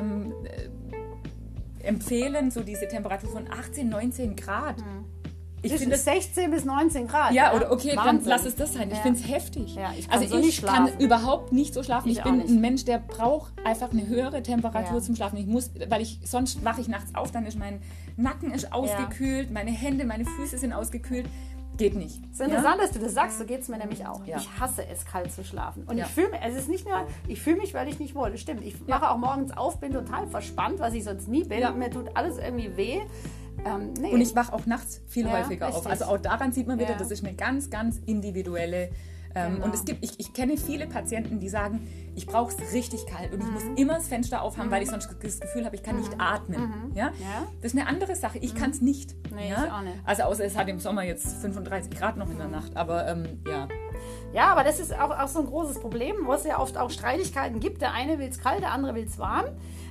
empfehlen so diese Temperatur von 18, 19 Grad. Ich finde 16 bis 19 Grad. Ja, oder okay, Wahnsinn. Dann lass es das sein. Ich finde es heftig. Ja, ich kann überhaupt nicht so schlafen. Ich bin nicht. ein Mensch, der braucht einfach eine höhere Temperatur zum Schlafen. Sonst wache ich nachts auf, dann ist mein Nacken ausgekühlt, meine Hände, meine Füße sind ausgekühlt. Geht nicht. Es ist interessant, dass du das sagst, so geht es mir nämlich auch. Ja. Ich hasse es, kalt zu schlafen. Und ich fühle mich, weil ich nicht wohl. Das stimmt. Ich wache auch morgens auf, bin total verspannt, was ich sonst nie bin. Ja. Mir tut alles irgendwie weh. Und ich wache auch nachts viel häufiger auf. Also auch daran sieht man wieder, das ist eine ganz, ganz individuelle. Genau. Und ich kenne viele Patienten, die sagen, ich brauche es richtig kalt und ich muss immer das Fenster aufhaben, weil ich sonst das Gefühl habe, ich kann nicht atmen. Ja? Das ist eine andere Sache. Ich kann es nicht. Nee, ja? ich auch nicht. Also außer es hat im Sommer jetzt 35 Grad noch in der Nacht. Aber ja. Ja, aber das ist auch so ein großes Problem, wo es ja oft auch Streitigkeiten gibt. Der eine will es kalt, der andere will es warm.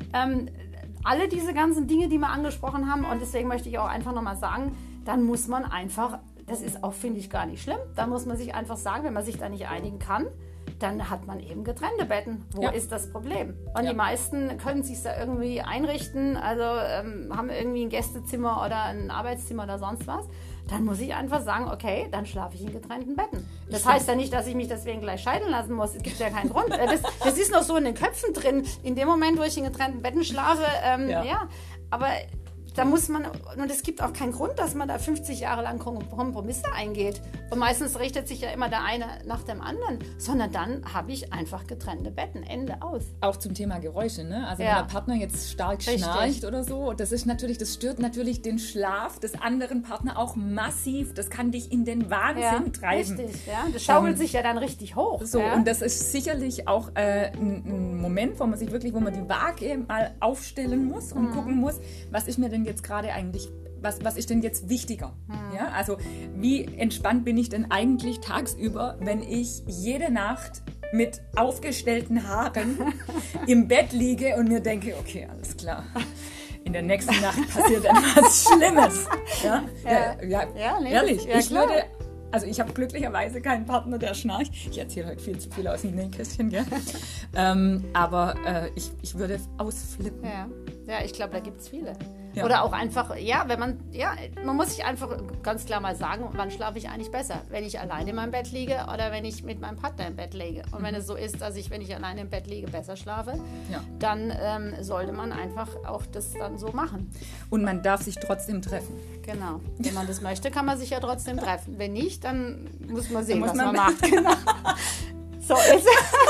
Alle diese ganzen Dinge, die wir angesprochen haben, und deswegen möchte ich auch einfach nochmal sagen, dann muss man einfach, das ist auch, finde ich, gar nicht schlimm, dann muss man sich einfach sagen, wenn man sich da nicht einigen kann, dann hat man eben getrennte Betten. Wo ist das Problem? Und die meisten können sich da irgendwie einrichten, also haben irgendwie ein Gästezimmer oder ein Arbeitszimmer oder sonst was. Dann muss ich einfach sagen, okay, dann schlafe ich in getrennten Betten. Das heißt ja nicht, dass ich mich deswegen gleich scheiden lassen muss. Es gibt ja keinen Grund. Das ist noch so in den Köpfen drin. In dem Moment, wo ich in getrennten Betten schlafe, aber da muss man, und es gibt auch keinen Grund, dass man da 50 Jahre lang Kompromisse eingeht. Und meistens richtet sich ja immer der eine nach dem anderen, sondern dann habe ich einfach getrennte Betten. Ende aus. Auch zum Thema Geräusche, ne? Also wenn der Partner jetzt stark schnarcht oder so, das stört natürlich den Schlaf des anderen Partners auch massiv. Das kann dich in den Wahnsinn treiben. Richtig, ja. Das schaukelt sich ja dann richtig hoch. So, und das ist sicherlich auch ein Moment, wo man die Waage mal aufstellen muss und gucken muss, was ist mir denn jetzt gerade eigentlich, was ist denn jetzt wichtiger? Ja, also wie entspannt bin ich denn eigentlich tagsüber, wenn ich jede Nacht mit aufgestellten Haaren im Bett liege und mir denke, okay, alles klar, in der nächsten Nacht passiert etwas Schlimmes. Ehrlich, ich habe glücklicherweise keinen Partner, der schnarcht. Ich erzähle heute viel zu viel aus dem Nähkästchen, gell? Aber ich würde ausflippen. Ja, ich glaube, da gibt es viele. Ja. Oder auch einfach, man muss sich einfach ganz klar mal sagen, wann schlafe ich eigentlich besser? Wenn ich alleine in meinem Bett liege oder wenn ich mit meinem Partner im Bett liege. Und wenn es so ist, dass ich, wenn ich alleine im Bett liege, besser schlafe, dann sollte man einfach auch das dann so machen. Und man darf sich trotzdem treffen. Genau. Wenn man das möchte, kann man sich ja trotzdem treffen. Wenn nicht, dann muss man sehen, was man macht. Genau. So, jetzt,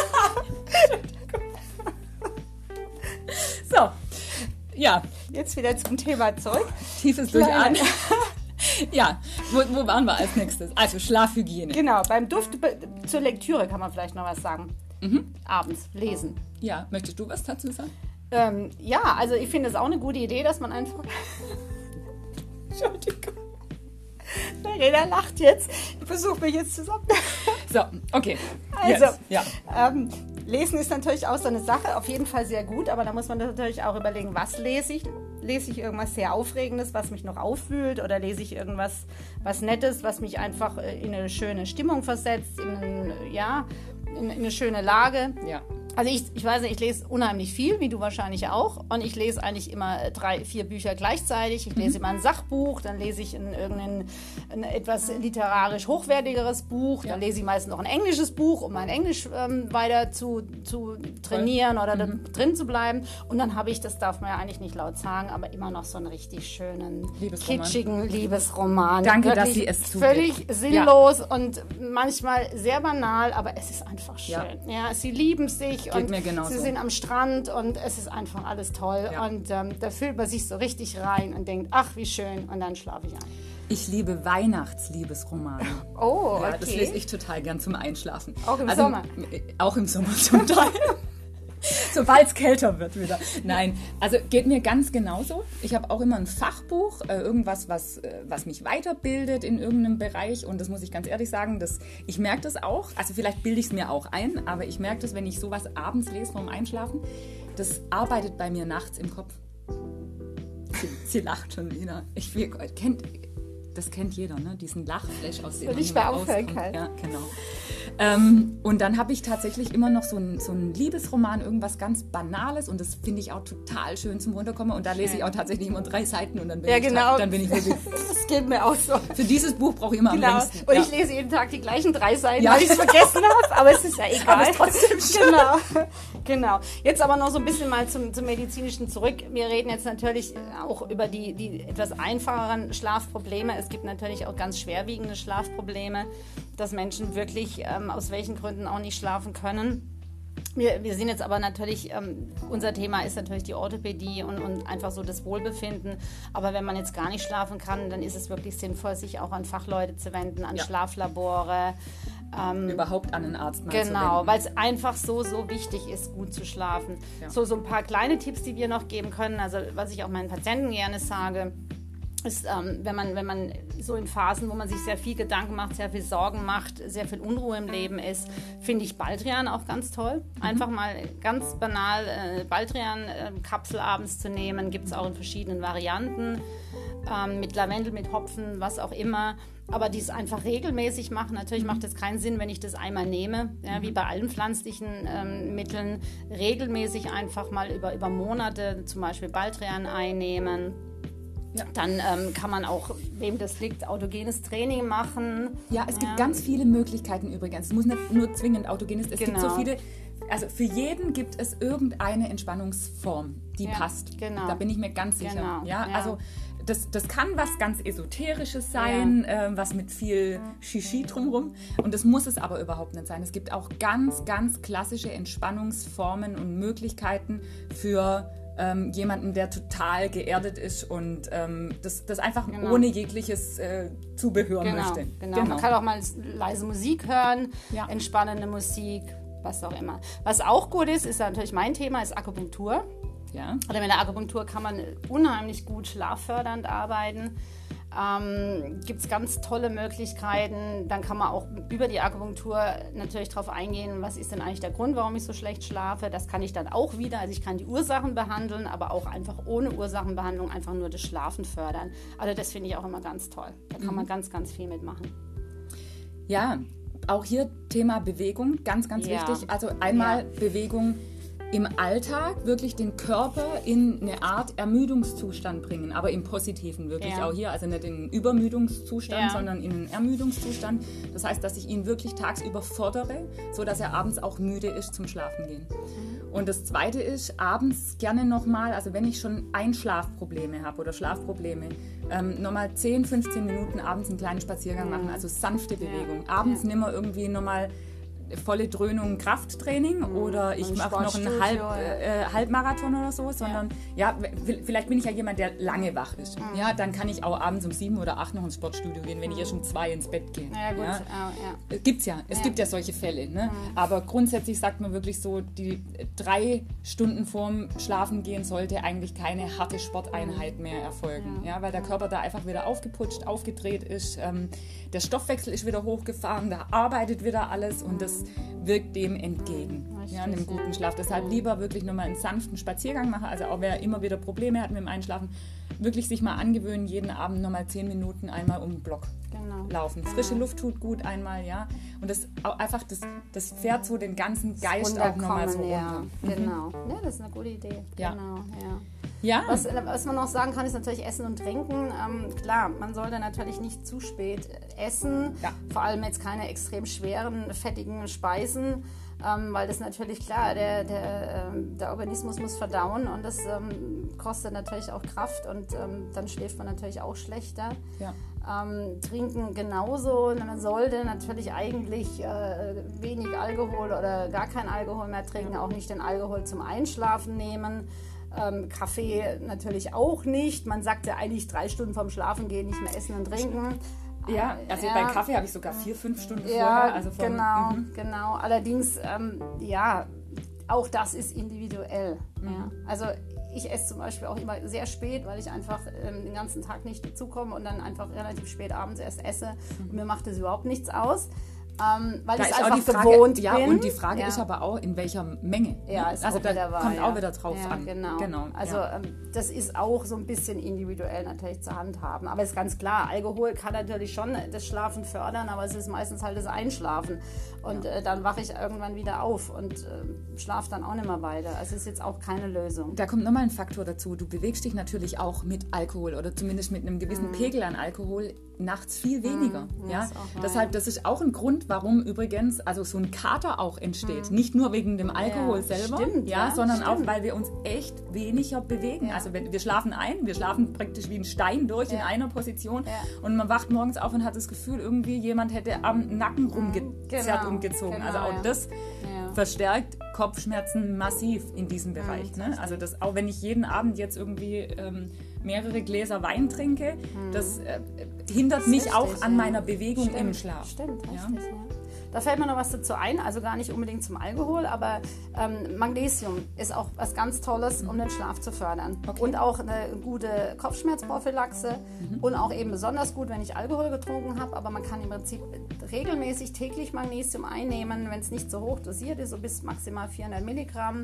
So, ja, jetzt wieder zum Thema zurück. tiefes Durchatmen. Ja, wo waren wir als nächstes? Also Schlafhygiene. Genau, beim Duft zur Lektüre kann man vielleicht noch was sagen. Abends lesen. Ja, möchtest du was dazu sagen? Ja, also ich finde es auch eine gute Idee, dass man einfach... Entschuldigung. Verena lacht jetzt. Ich versuche mich jetzt zusammen. So, okay. Also, Yes. Ja. Lesen ist natürlich auch so eine Sache, auf jeden Fall sehr gut, aber da muss man natürlich auch überlegen, was lese ich? Lese ich irgendwas sehr Aufregendes, was mich noch aufwühlt, oder lese ich irgendwas was Nettes, was mich einfach in eine schöne Stimmung versetzt, in eine schöne Lage? Ja. Also ich weiß nicht, ich lese unheimlich viel, wie du wahrscheinlich auch. Und ich lese eigentlich immer 3-4 Bücher gleichzeitig. Ich lese immer ein Sachbuch, dann lese ich ein etwas literarisch hochwertigeres Buch. Dann lese ich meistens noch ein englisches Buch, um mein Englisch weiter zu trainieren oder drin zu bleiben. Und dann habe ich, das darf man ja eigentlich nicht laut sagen, aber immer noch so einen richtig schönen, kitschigen Liebesroman. Danke, wirklich dass Sie es zugeben. völlig sinnlos und manchmal sehr banal, aber es ist einfach schön. Ja, sie lieben sich. Und mir genauso. sie sind am Strand und es ist einfach alles toll. Ja. Und da fühlt man sich so richtig rein und denkt, ach, wie schön. Und dann schlafe ich ein. Ich liebe Weihnachtsliebesromane. Oh, okay. Ja, das lese ich total gern zum Einschlafen. Auch im Sommer? Auch im Sommer zum Teil. Sobald es kälter wird wieder. Nein, also geht mir ganz genauso. Ich habe auch immer ein Fachbuch, irgendwas, was mich weiterbildet in irgendeinem Bereich. Und das muss ich ganz ehrlich sagen, ich merke das auch. Also vielleicht bilde ich es mir auch ein, aber ich merke das, wenn ich sowas abends lese vorm Einschlafen, das arbeitet bei mir nachts im Kopf. Sie lacht schon wieder. Das kennt jeder, ne? Diesen Lachflash aus dem man nicht mehr aufhören kann. Ja, genau. Und dann habe ich tatsächlich immer noch so einen Liebesroman, irgendwas ganz Banales, und das finde ich auch total schön zum Runterkommen. Und da lese ich auch tatsächlich immer 3 Seiten und dann bin ich wirklich... Das geht mir auch so. Für dieses Buch brauche ich immer am längsten. Und ich lese jeden Tag die gleichen 3 Seiten, weil ich es vergessen habe, aber es ist ja egal. Aber es ist trotzdem schön. Genau. Jetzt aber noch so ein bisschen mal zum Medizinischen zurück. Wir reden jetzt natürlich auch über die etwas einfacheren Schlafprobleme. Es gibt natürlich auch ganz schwerwiegende Schlafprobleme, dass Menschen wirklich aus welchen Gründen auch nicht schlafen können. Wir sind jetzt aber natürlich, unser Thema ist natürlich die Orthopädie und einfach so das Wohlbefinden. Aber wenn man jetzt gar nicht schlafen kann, dann ist es wirklich sinnvoll, sich auch an Fachleute zu wenden, an Schlaflabore. Überhaupt an einen Arzt mal zu wenden. Genau, weil es einfach so wichtig ist, gut zu schlafen. Ja. So ein paar kleine Tipps, die wir noch geben können, also was ich auch meinen Patienten gerne sage, ist, wenn man so in Phasen, wo man sich sehr viel Gedanken macht, sehr viel Sorgen macht, sehr viel Unruhe im Leben ist, finde ich Baldrian auch ganz toll. Einfach mal ganz banal Baldrian-Kapsel abends zu nehmen, gibt es auch in verschiedenen Varianten, mit Lavendel, mit Hopfen, was auch immer. Aber dies einfach regelmäßig machen. Natürlich macht es keinen Sinn, wenn ich das einmal nehme, ja, wie bei allen pflanzlichen Mitteln. Regelmäßig einfach mal über Monate zum Beispiel Baldrian einnehmen. Ja. Dann kann man auch, wem das liegt, autogenes Training machen. Ja, es gibt ganz viele Möglichkeiten übrigens. Es muss nicht nur zwingend autogenes, es gibt so viele. Also für jeden gibt es irgendeine Entspannungsform, die passt. Genau. Da bin ich mir ganz sicher. Genau. Ja, also das kann was ganz Esoterisches sein, was mit viel Shishi drumherum. Und das muss es aber überhaupt nicht sein. Es gibt auch ganz, ganz klassische Entspannungsformen und Möglichkeiten für jemanden, der total geerdet ist und das einfach ohne jegliches Zubehör möchte. Genau. Man kann auch mal leise Musik hören, entspannende Musik, was auch immer. Was auch gut ist natürlich mein Thema, ist Akupunktur. Ja. Oder mit der Akupunktur kann man unheimlich gut schlaffördernd arbeiten. Gibt es ganz tolle Möglichkeiten. Dann kann man auch über die Akupunktur natürlich darauf eingehen, was ist denn eigentlich der Grund, warum ich so schlecht schlafe. Das kann ich dann auch wieder, also ich kann die Ursachen behandeln, aber auch einfach ohne Ursachenbehandlung einfach nur das Schlafen fördern. Also das finde ich auch immer ganz toll. Da kann man ganz, ganz viel mitmachen. Ja, auch hier Thema Bewegung, ganz, ganz wichtig. Also einmal Bewegung im Alltag, wirklich den Körper in eine Art Ermüdungszustand bringen, aber im Positiven wirklich auch hier, also nicht in einen Übermüdungszustand, sondern in einen Ermüdungszustand. Das heißt, dass ich ihn wirklich tagsüber fordere, sodass er abends auch müde ist zum Schlafen gehen. Und das Zweite ist, abends gerne nochmal, also wenn ich schon Einschlafprobleme habe oder Schlafprobleme, nochmal 10, 15 Minuten abends einen kleinen Spaziergang machen, also sanfte Bewegung. Abends nimmer irgendwie nochmal volle Dröhnung Krafttraining oder ich mache noch einen Halbmarathon oder so, sondern vielleicht bin ich ja jemand, der lange wach ist. Ja, dann kann ich auch abends um 7 oder 8 noch ins Sportstudio gehen, wenn ich erst um 2 ins Bett gehe. Ja, gut. Es gibt ja solche Fälle. Ne? Aber grundsätzlich sagt man wirklich so, die 3 Stunden vorm Schlafen gehen sollte eigentlich keine harte Sporteinheit mehr erfolgen. Ja, weil der Körper da einfach wieder aufgeputscht, aufgedreht ist. Der Stoffwechsel ist wieder hochgefahren, da arbeitet wieder alles und das wirkt dem entgegen, einem guten Schlaf. Deshalb lieber wirklich nur mal einen sanften Spaziergang machen. Also auch wer immer wieder Probleme hat mit dem Einschlafen, wirklich sich mal angewöhnen, jeden Abend nochmal 10 Minuten einmal um den Block laufen. Frische Luft tut gut einmal, und das auch einfach, das fährt so den ganzen Geist auch nochmal so runter. Genau. Ja, das ist eine gute Idee. Ja. Genau, Ja. Was man noch sagen kann, ist natürlich Essen und Trinken. Klar, man sollte natürlich nicht zu spät essen, vor allem jetzt keine extrem schweren, fettigen Speisen, weil das natürlich klar, der Organismus muss verdauen und das kostet natürlich auch Kraft und dann schläft man natürlich auch schlechter. Ja. Trinken genauso. Man sollte natürlich eigentlich wenig Alkohol oder gar kein Alkohol mehr trinken, auch nicht den Alkohol zum Einschlafen nehmen. Kaffee natürlich auch nicht. Man sagt ja eigentlich 3 Stunden vorm Schlafen gehen, nicht mehr essen und trinken. Ja, also bei Kaffee habe ich sogar 4-5 Stunden vorher. Also genau. Allerdings, auch das ist individuell. Ja. Also ich esse zum Beispiel auch immer sehr spät, weil ich einfach den ganzen Tag nicht dazukomme und dann einfach relativ spät abends erst esse. Und mir macht das überhaupt nichts aus. Weil ich es einfach gewohnt bin. Ja, und die Frage ist aber auch, in welcher Menge. Ja, ist also auch da wieder wahr, kommt auch wieder drauf an. Genau. Also das ist auch so ein bisschen individuell natürlich zu handhaben. Aber es ist ganz klar, Alkohol kann natürlich schon das Schlafen fördern, aber es ist meistens halt das Einschlafen. Und dann wache ich irgendwann wieder auf und schlafe dann auch nicht mehr weiter. Also es ist jetzt auch keine Lösung. Da kommt nochmal ein Faktor dazu. Du bewegst dich natürlich auch mit Alkohol oder zumindest mit einem gewissen Pegel an Alkohol nachts viel weniger. Deshalb, das ist auch ein Grund, warum übrigens also so ein Kater auch entsteht. Nicht nur wegen dem Alkohol selber, sondern auch, weil wir uns echt weniger bewegen. Ja. Also wir schlafen wir schlafen praktisch wie ein Stein durch in einer Position und man wacht morgens auf und hat das Gefühl, irgendwie jemand hätte am Nacken rumgezerrt und gezogen. Also auch das verstärkt Kopfschmerzen massiv in diesem Bereich. Ne? Also das, auch wenn ich jeden Abend jetzt irgendwie mehrere Gläser Wein trinke, das hindert mich auch an meiner Bewegung im Schlaf. Stimmt, richtig, Da fällt mir noch was dazu ein, also gar nicht unbedingt zum Alkohol, aber Magnesium ist auch was ganz Tolles, um den Schlaf zu fördern. Okay. Und auch eine gute Kopfschmerzprophylaxe und auch eben besonders gut, wenn ich Alkohol getrunken habe, aber man kann im Prinzip regelmäßig täglich Magnesium einnehmen, wenn es nicht so hoch dosiert ist, so bis maximal 400 Milligramm.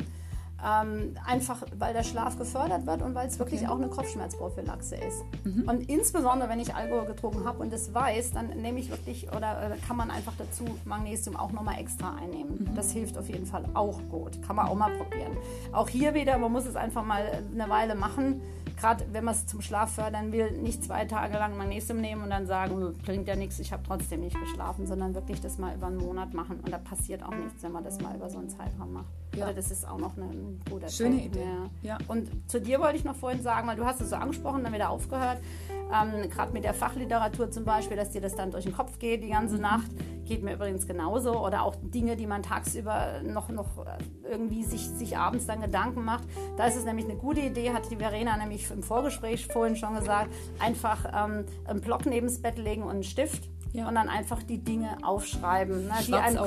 Einfach, weil der Schlaf gefördert wird und weil es wirklich auch eine Kopfschmerzprophylaxe ist. Und insbesondere, wenn ich Alkohol getrunken habe und das weiß, dann nehme ich wirklich, oder kann man einfach dazu Magnesium auch nochmal extra einnehmen. Das hilft auf jeden Fall auch gut. Kann man auch mal probieren. Auch hier wieder, man muss es einfach mal eine Weile machen. Gerade wenn man es zum Schlaf fördern will, nicht 2 Tage lang Magnesium nehmen und dann sagen, bringt ja nichts, ich habe trotzdem nicht geschlafen, sondern wirklich das mal über einen Monat machen. Und da passiert auch nichts, wenn man das mal über so einen Zeitraum macht. Ja. Oder das ist auch noch ein guter schöne Idee. Ja. Und zu dir wollte ich noch vorhin sagen, weil du hast es so angesprochen, dann wieder aufgehört, gerade mit der Fachliteratur zum Beispiel, dass dir das dann durch den Kopf geht die ganze Nacht, geht mir übrigens genauso. Oder auch Dinge, die man tagsüber noch irgendwie sich abends dann Gedanken macht. Da ist es nämlich eine gute Idee, hat die Verena nämlich im Vorgespräch vorhin schon gesagt, einfach einen Block neben das Bett legen und einen Stift. Und dann einfach die Dinge aufschreiben, ne, die einem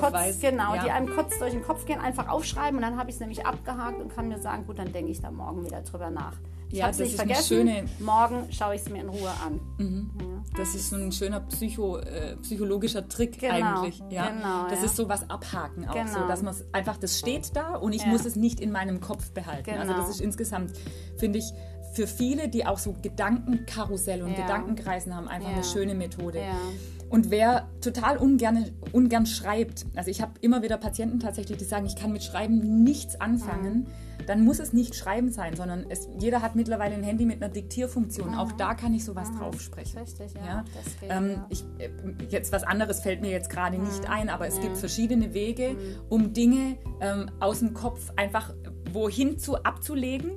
kurz durch den Kopf gehen, einfach aufschreiben und dann habe ich es nämlich abgehakt und kann mir sagen, gut, dann denke ich da morgen wieder drüber nach. Ich habe es nicht vergessen, morgen schaue ich es mir in Ruhe an. Das ist so ein schöner psychologischer Trick eigentlich. Ja? Genau, das ist so was abhaken auch so, dass man einfach, das steht da und ich muss es nicht in meinem Kopf behalten. Also das ist insgesamt, finde ich, für viele, die auch so Gedankenkarussell und Gedankenkreisen haben, einfach eine schöne Methode. Ja. Und wer total ungern schreibt, also ich habe immer wieder Patienten tatsächlich, die sagen, ich kann mit Schreiben nichts anfangen, dann muss es nicht Schreiben sein, sondern jeder hat mittlerweile ein Handy mit einer Diktierfunktion. Auch da kann ich sowas drauf sprechen. Richtig, Das geht, jetzt was anderes fällt mir jetzt gerade nicht ein, aber es gibt verschiedene Wege, um Dinge aus dem Kopf einfach wohin abzulegen.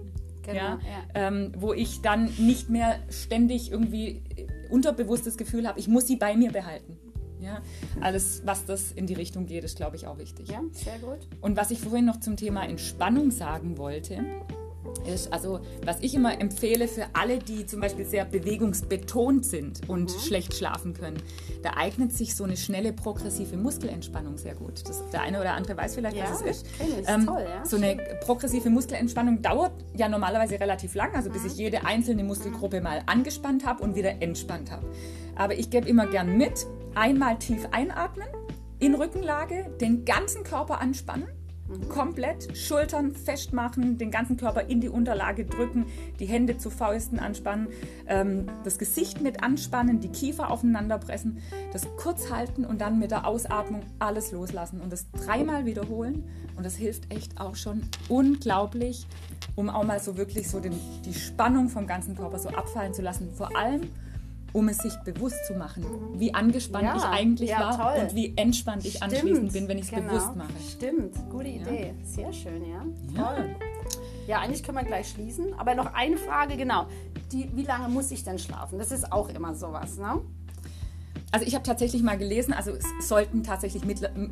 Genau, wo ich dann nicht mehr ständig irgendwie unterbewusstes Gefühl habe, ich muss sie bei mir behalten. Ja? Alles, was das in die Richtung geht, ist, glaube ich, auch wichtig. Ja, sehr gut. Und was ich vorhin noch zum Thema Entspannung sagen wollte, ist, also was ich immer empfehle für alle, die zum Beispiel sehr bewegungsbetont sind und schlecht schlafen können, da eignet sich so eine schnelle progressive Muskelentspannung sehr gut. Der eine oder andere weiß vielleicht, was es ist. Toll, ja. So eine progressive Muskelentspannung dauert ja normalerweise relativ lang, also bis ich jede einzelne Muskelgruppe mal angespannt habe und wieder entspannt habe. Aber ich gebe immer gern mit, einmal tief einatmen, in Rückenlage, den ganzen Körper anspannen, komplett Schultern festmachen, den ganzen Körper in die Unterlage drücken, die Hände zu Fäusten anspannen, das Gesicht mit anspannen, die Kiefer aufeinander pressen, das kurz halten und dann mit der Ausatmung alles loslassen und das 3-mal wiederholen. Und das hilft echt auch schon unglaublich, um auch mal so wirklich so die Spannung vom ganzen Körper so abfallen zu lassen. Vor allem, um es sich bewusst zu machen, wie angespannt ich eigentlich war toll. und wie entspannt ich anschließend bin, wenn ich es bewusst mache. Stimmt, gute Idee. Sehr schön, ja. Toll. Ja, eigentlich können wir gleich schließen. Aber noch eine Frage, genau. Wie lange muss ich denn schlafen? Das ist auch immer sowas, ne? Also ich habe tatsächlich mal gelesen, also es sollten tatsächlich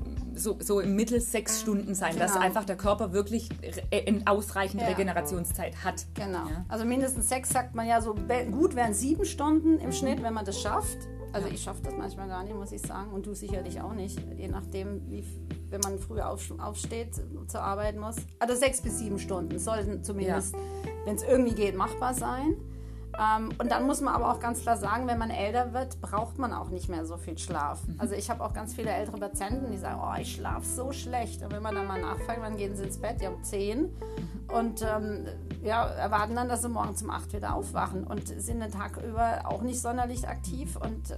so im Mittel 6 Stunden sein, dass einfach der Körper wirklich ausreichend Regenerationszeit hat. Genau. Ja. Also mindestens 6 sagt man ja so, gut wären 7 Stunden im Schnitt, wenn man das schafft. Also ich schaffe das manchmal gar nicht, muss ich sagen. Und du sicherlich auch nicht, je nachdem, wenn man früh aufsteht, zur Arbeit muss. Also 6 bis 7 Stunden sollten zumindest, wenn es irgendwie geht, machbar sein. Und dann muss man aber auch ganz klar sagen, wenn man älter wird, braucht man auch nicht mehr so viel Schlaf. Also ich habe auch ganz viele ältere Patienten, die sagen, oh, ich schlafe so schlecht. Und wenn man dann mal nachfragt, wann gehen sie ins Bett? Ja, um 10. Und erwarten dann, dass sie morgens um 8 wieder aufwachen und sind den Tag über auch nicht sonderlich aktiv. Und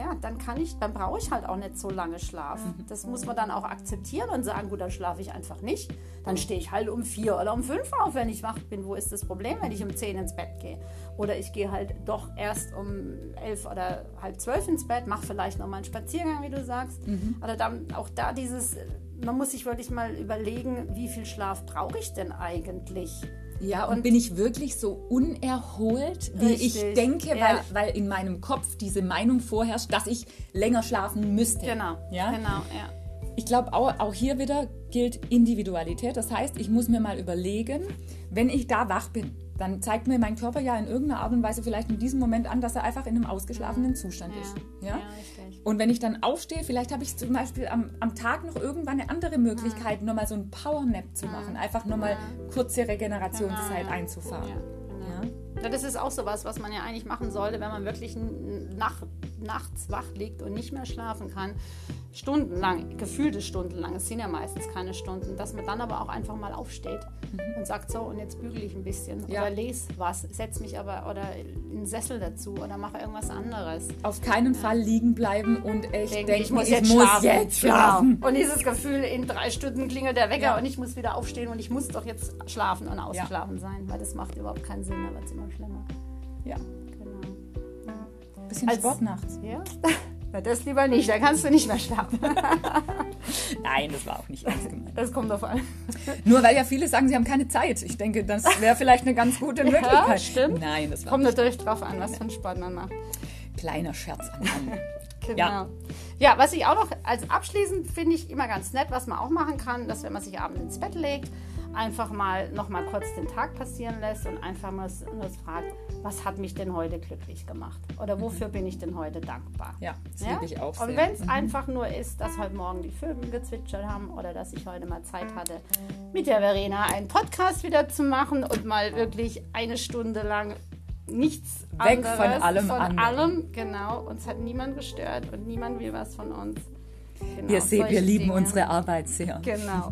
dann brauche ich halt auch nicht so lange Schlaf. Das muss man dann auch akzeptieren und sagen, gut, dann schlafe ich einfach nicht. Dann stehe ich halt um 4 oder um 5 auf, wenn ich wach bin. Wo ist das Problem, wenn ich um 10 ins Bett gehe? Oder ich gehe halt doch erst um 11 oder halb 12 ins Bett, mache vielleicht noch mal einen Spaziergang, wie du sagst. Oder dann auch da man muss sich wirklich mal überlegen, wie viel Schlaf brauche ich denn eigentlich? Ja, und bin ich wirklich so unerholt, wie ich denke, weil in meinem Kopf diese Meinung vorherrscht, dass ich länger schlafen müsste. Genau, ja. Ja. Ich glaube, auch hier wieder gilt Individualität. Das heißt, ich muss mir mal überlegen, wenn ich da wach bin, dann zeigt mir mein Körper ja in irgendeiner Art und Weise vielleicht in diesem Moment an, dass er einfach in einem ausgeschlafenen Zustand ist. Ja? Richtig. Und wenn ich dann aufstehe, vielleicht habe ich zum Beispiel am Tag noch irgendwann eine andere Möglichkeit, nochmal so einen Powernap zu machen. Einfach nochmal kurze Regenerationszeit einzufahren. Ja, das ist auch sowas, was man ja eigentlich machen sollte, wenn man wirklich nachts wach liegt und nicht mehr schlafen kann. Stundenlang, gefühlte stundenlang, es sind ja meistens keine Stunden, dass man dann aber auch einfach mal aufsteht und sagt so, und jetzt bügele ich ein bisschen oder lese was, setze mich aber oder in den Sessel dazu oder mache irgendwas anderes. Auf keinen Fall liegen bleiben und echt denken, ich muss jetzt schlafen. Genau. Und dieses Gefühl, in 3 Stunden klingelt der Wecker und ich muss wieder aufstehen und ich muss doch jetzt schlafen und ausschlafen sein, weil das macht überhaupt keinen Sinn, da wird es immer schlimmer. Ja. Genau. Ein bisschen Sport nachts. Ja. Na, das lieber nicht, da kannst du nicht mehr schlafen. Nein, das war auch nicht ernst gemeint. Das kommt drauf an. Nur weil ja viele sagen, sie haben keine Zeit. Ich denke, das wäre vielleicht eine ganz gute Möglichkeit. Ja, stimmt. Nein, das war kommt natürlich drauf an, was für einen Sport man macht. Kleiner Scherz an alle. Genau. Ja, was ich auch noch als abschließend finde ich immer ganz nett, was man auch machen kann, dass wenn man sich abends ins Bett legt, einfach mal noch mal kurz den Tag passieren lässt und einfach mal uns fragt, was hat mich denn heute glücklich gemacht? Oder wofür bin ich denn heute dankbar? Ja, das liebe ich auch sehr. Und wenn es einfach nur ist, dass heute Morgen die Vögel gezwitschert haben oder dass ich heute mal Zeit hatte, mit der Verena einen Podcast wieder zu machen und mal wirklich 1 Stunde lang nichts weg anderes, von allem, genau. Uns hat niemand gestört und niemand will was von uns. Genau, ihr seht, wir lieben unsere Arbeit sehr. Genau.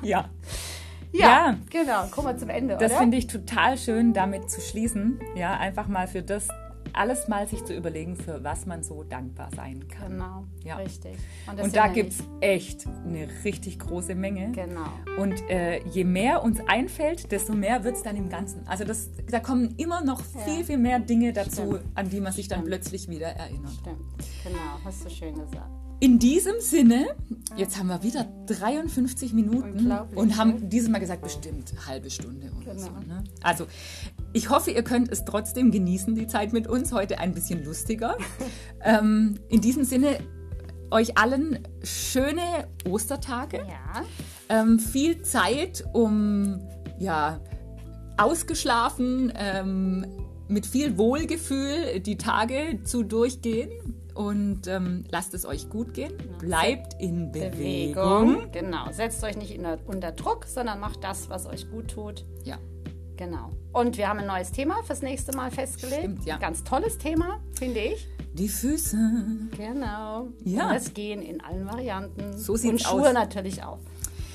Ja, genau. Kommen wir zum Ende, das finde ich total schön, damit zu schließen. Ja, einfach mal für das alles mal sich zu überlegen, für was man so dankbar sein kann. Genau, ja. Richtig. Und da gibt es echt eine richtig große Menge. Genau. Und je mehr uns einfällt, desto mehr wird es dann im Ganzen. Also da kommen immer noch viel mehr Dinge dazu, an die man sich dann plötzlich wieder erinnert. Stimmt, genau, hast du schön gesagt. In diesem Sinne, jetzt haben wir wieder 53 Minuten und haben dieses Mal gesagt, bestimmt eine halbe Stunde oder so. Ne? Also ich hoffe, ihr könnt es trotzdem genießen, die Zeit mit uns. Heute ein bisschen lustiger. In diesem Sinne, euch allen schöne Ostertage. Ja. Viel Zeit, um ausgeschlafen, mit viel Wohlgefühl die Tage zu durchgehen. Und lasst es euch gut gehen. Bleibt in Bewegung. Genau. Setzt euch nicht unter Druck, sondern macht das, was euch gut tut. Ja. Genau. Und wir haben ein neues Thema fürs nächste Mal festgelegt. Stimmt, ja. Ganz tolles Thema, finde ich. Die Füße. Genau. Ja. Und das Gehen in allen Varianten. So sieht's aus. Und Schuhe natürlich auch.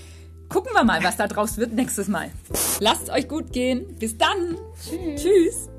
Gucken wir mal, was da draus wird nächstes Mal. Lasst es euch gut gehen. Bis dann. Tschüss. Tschüss.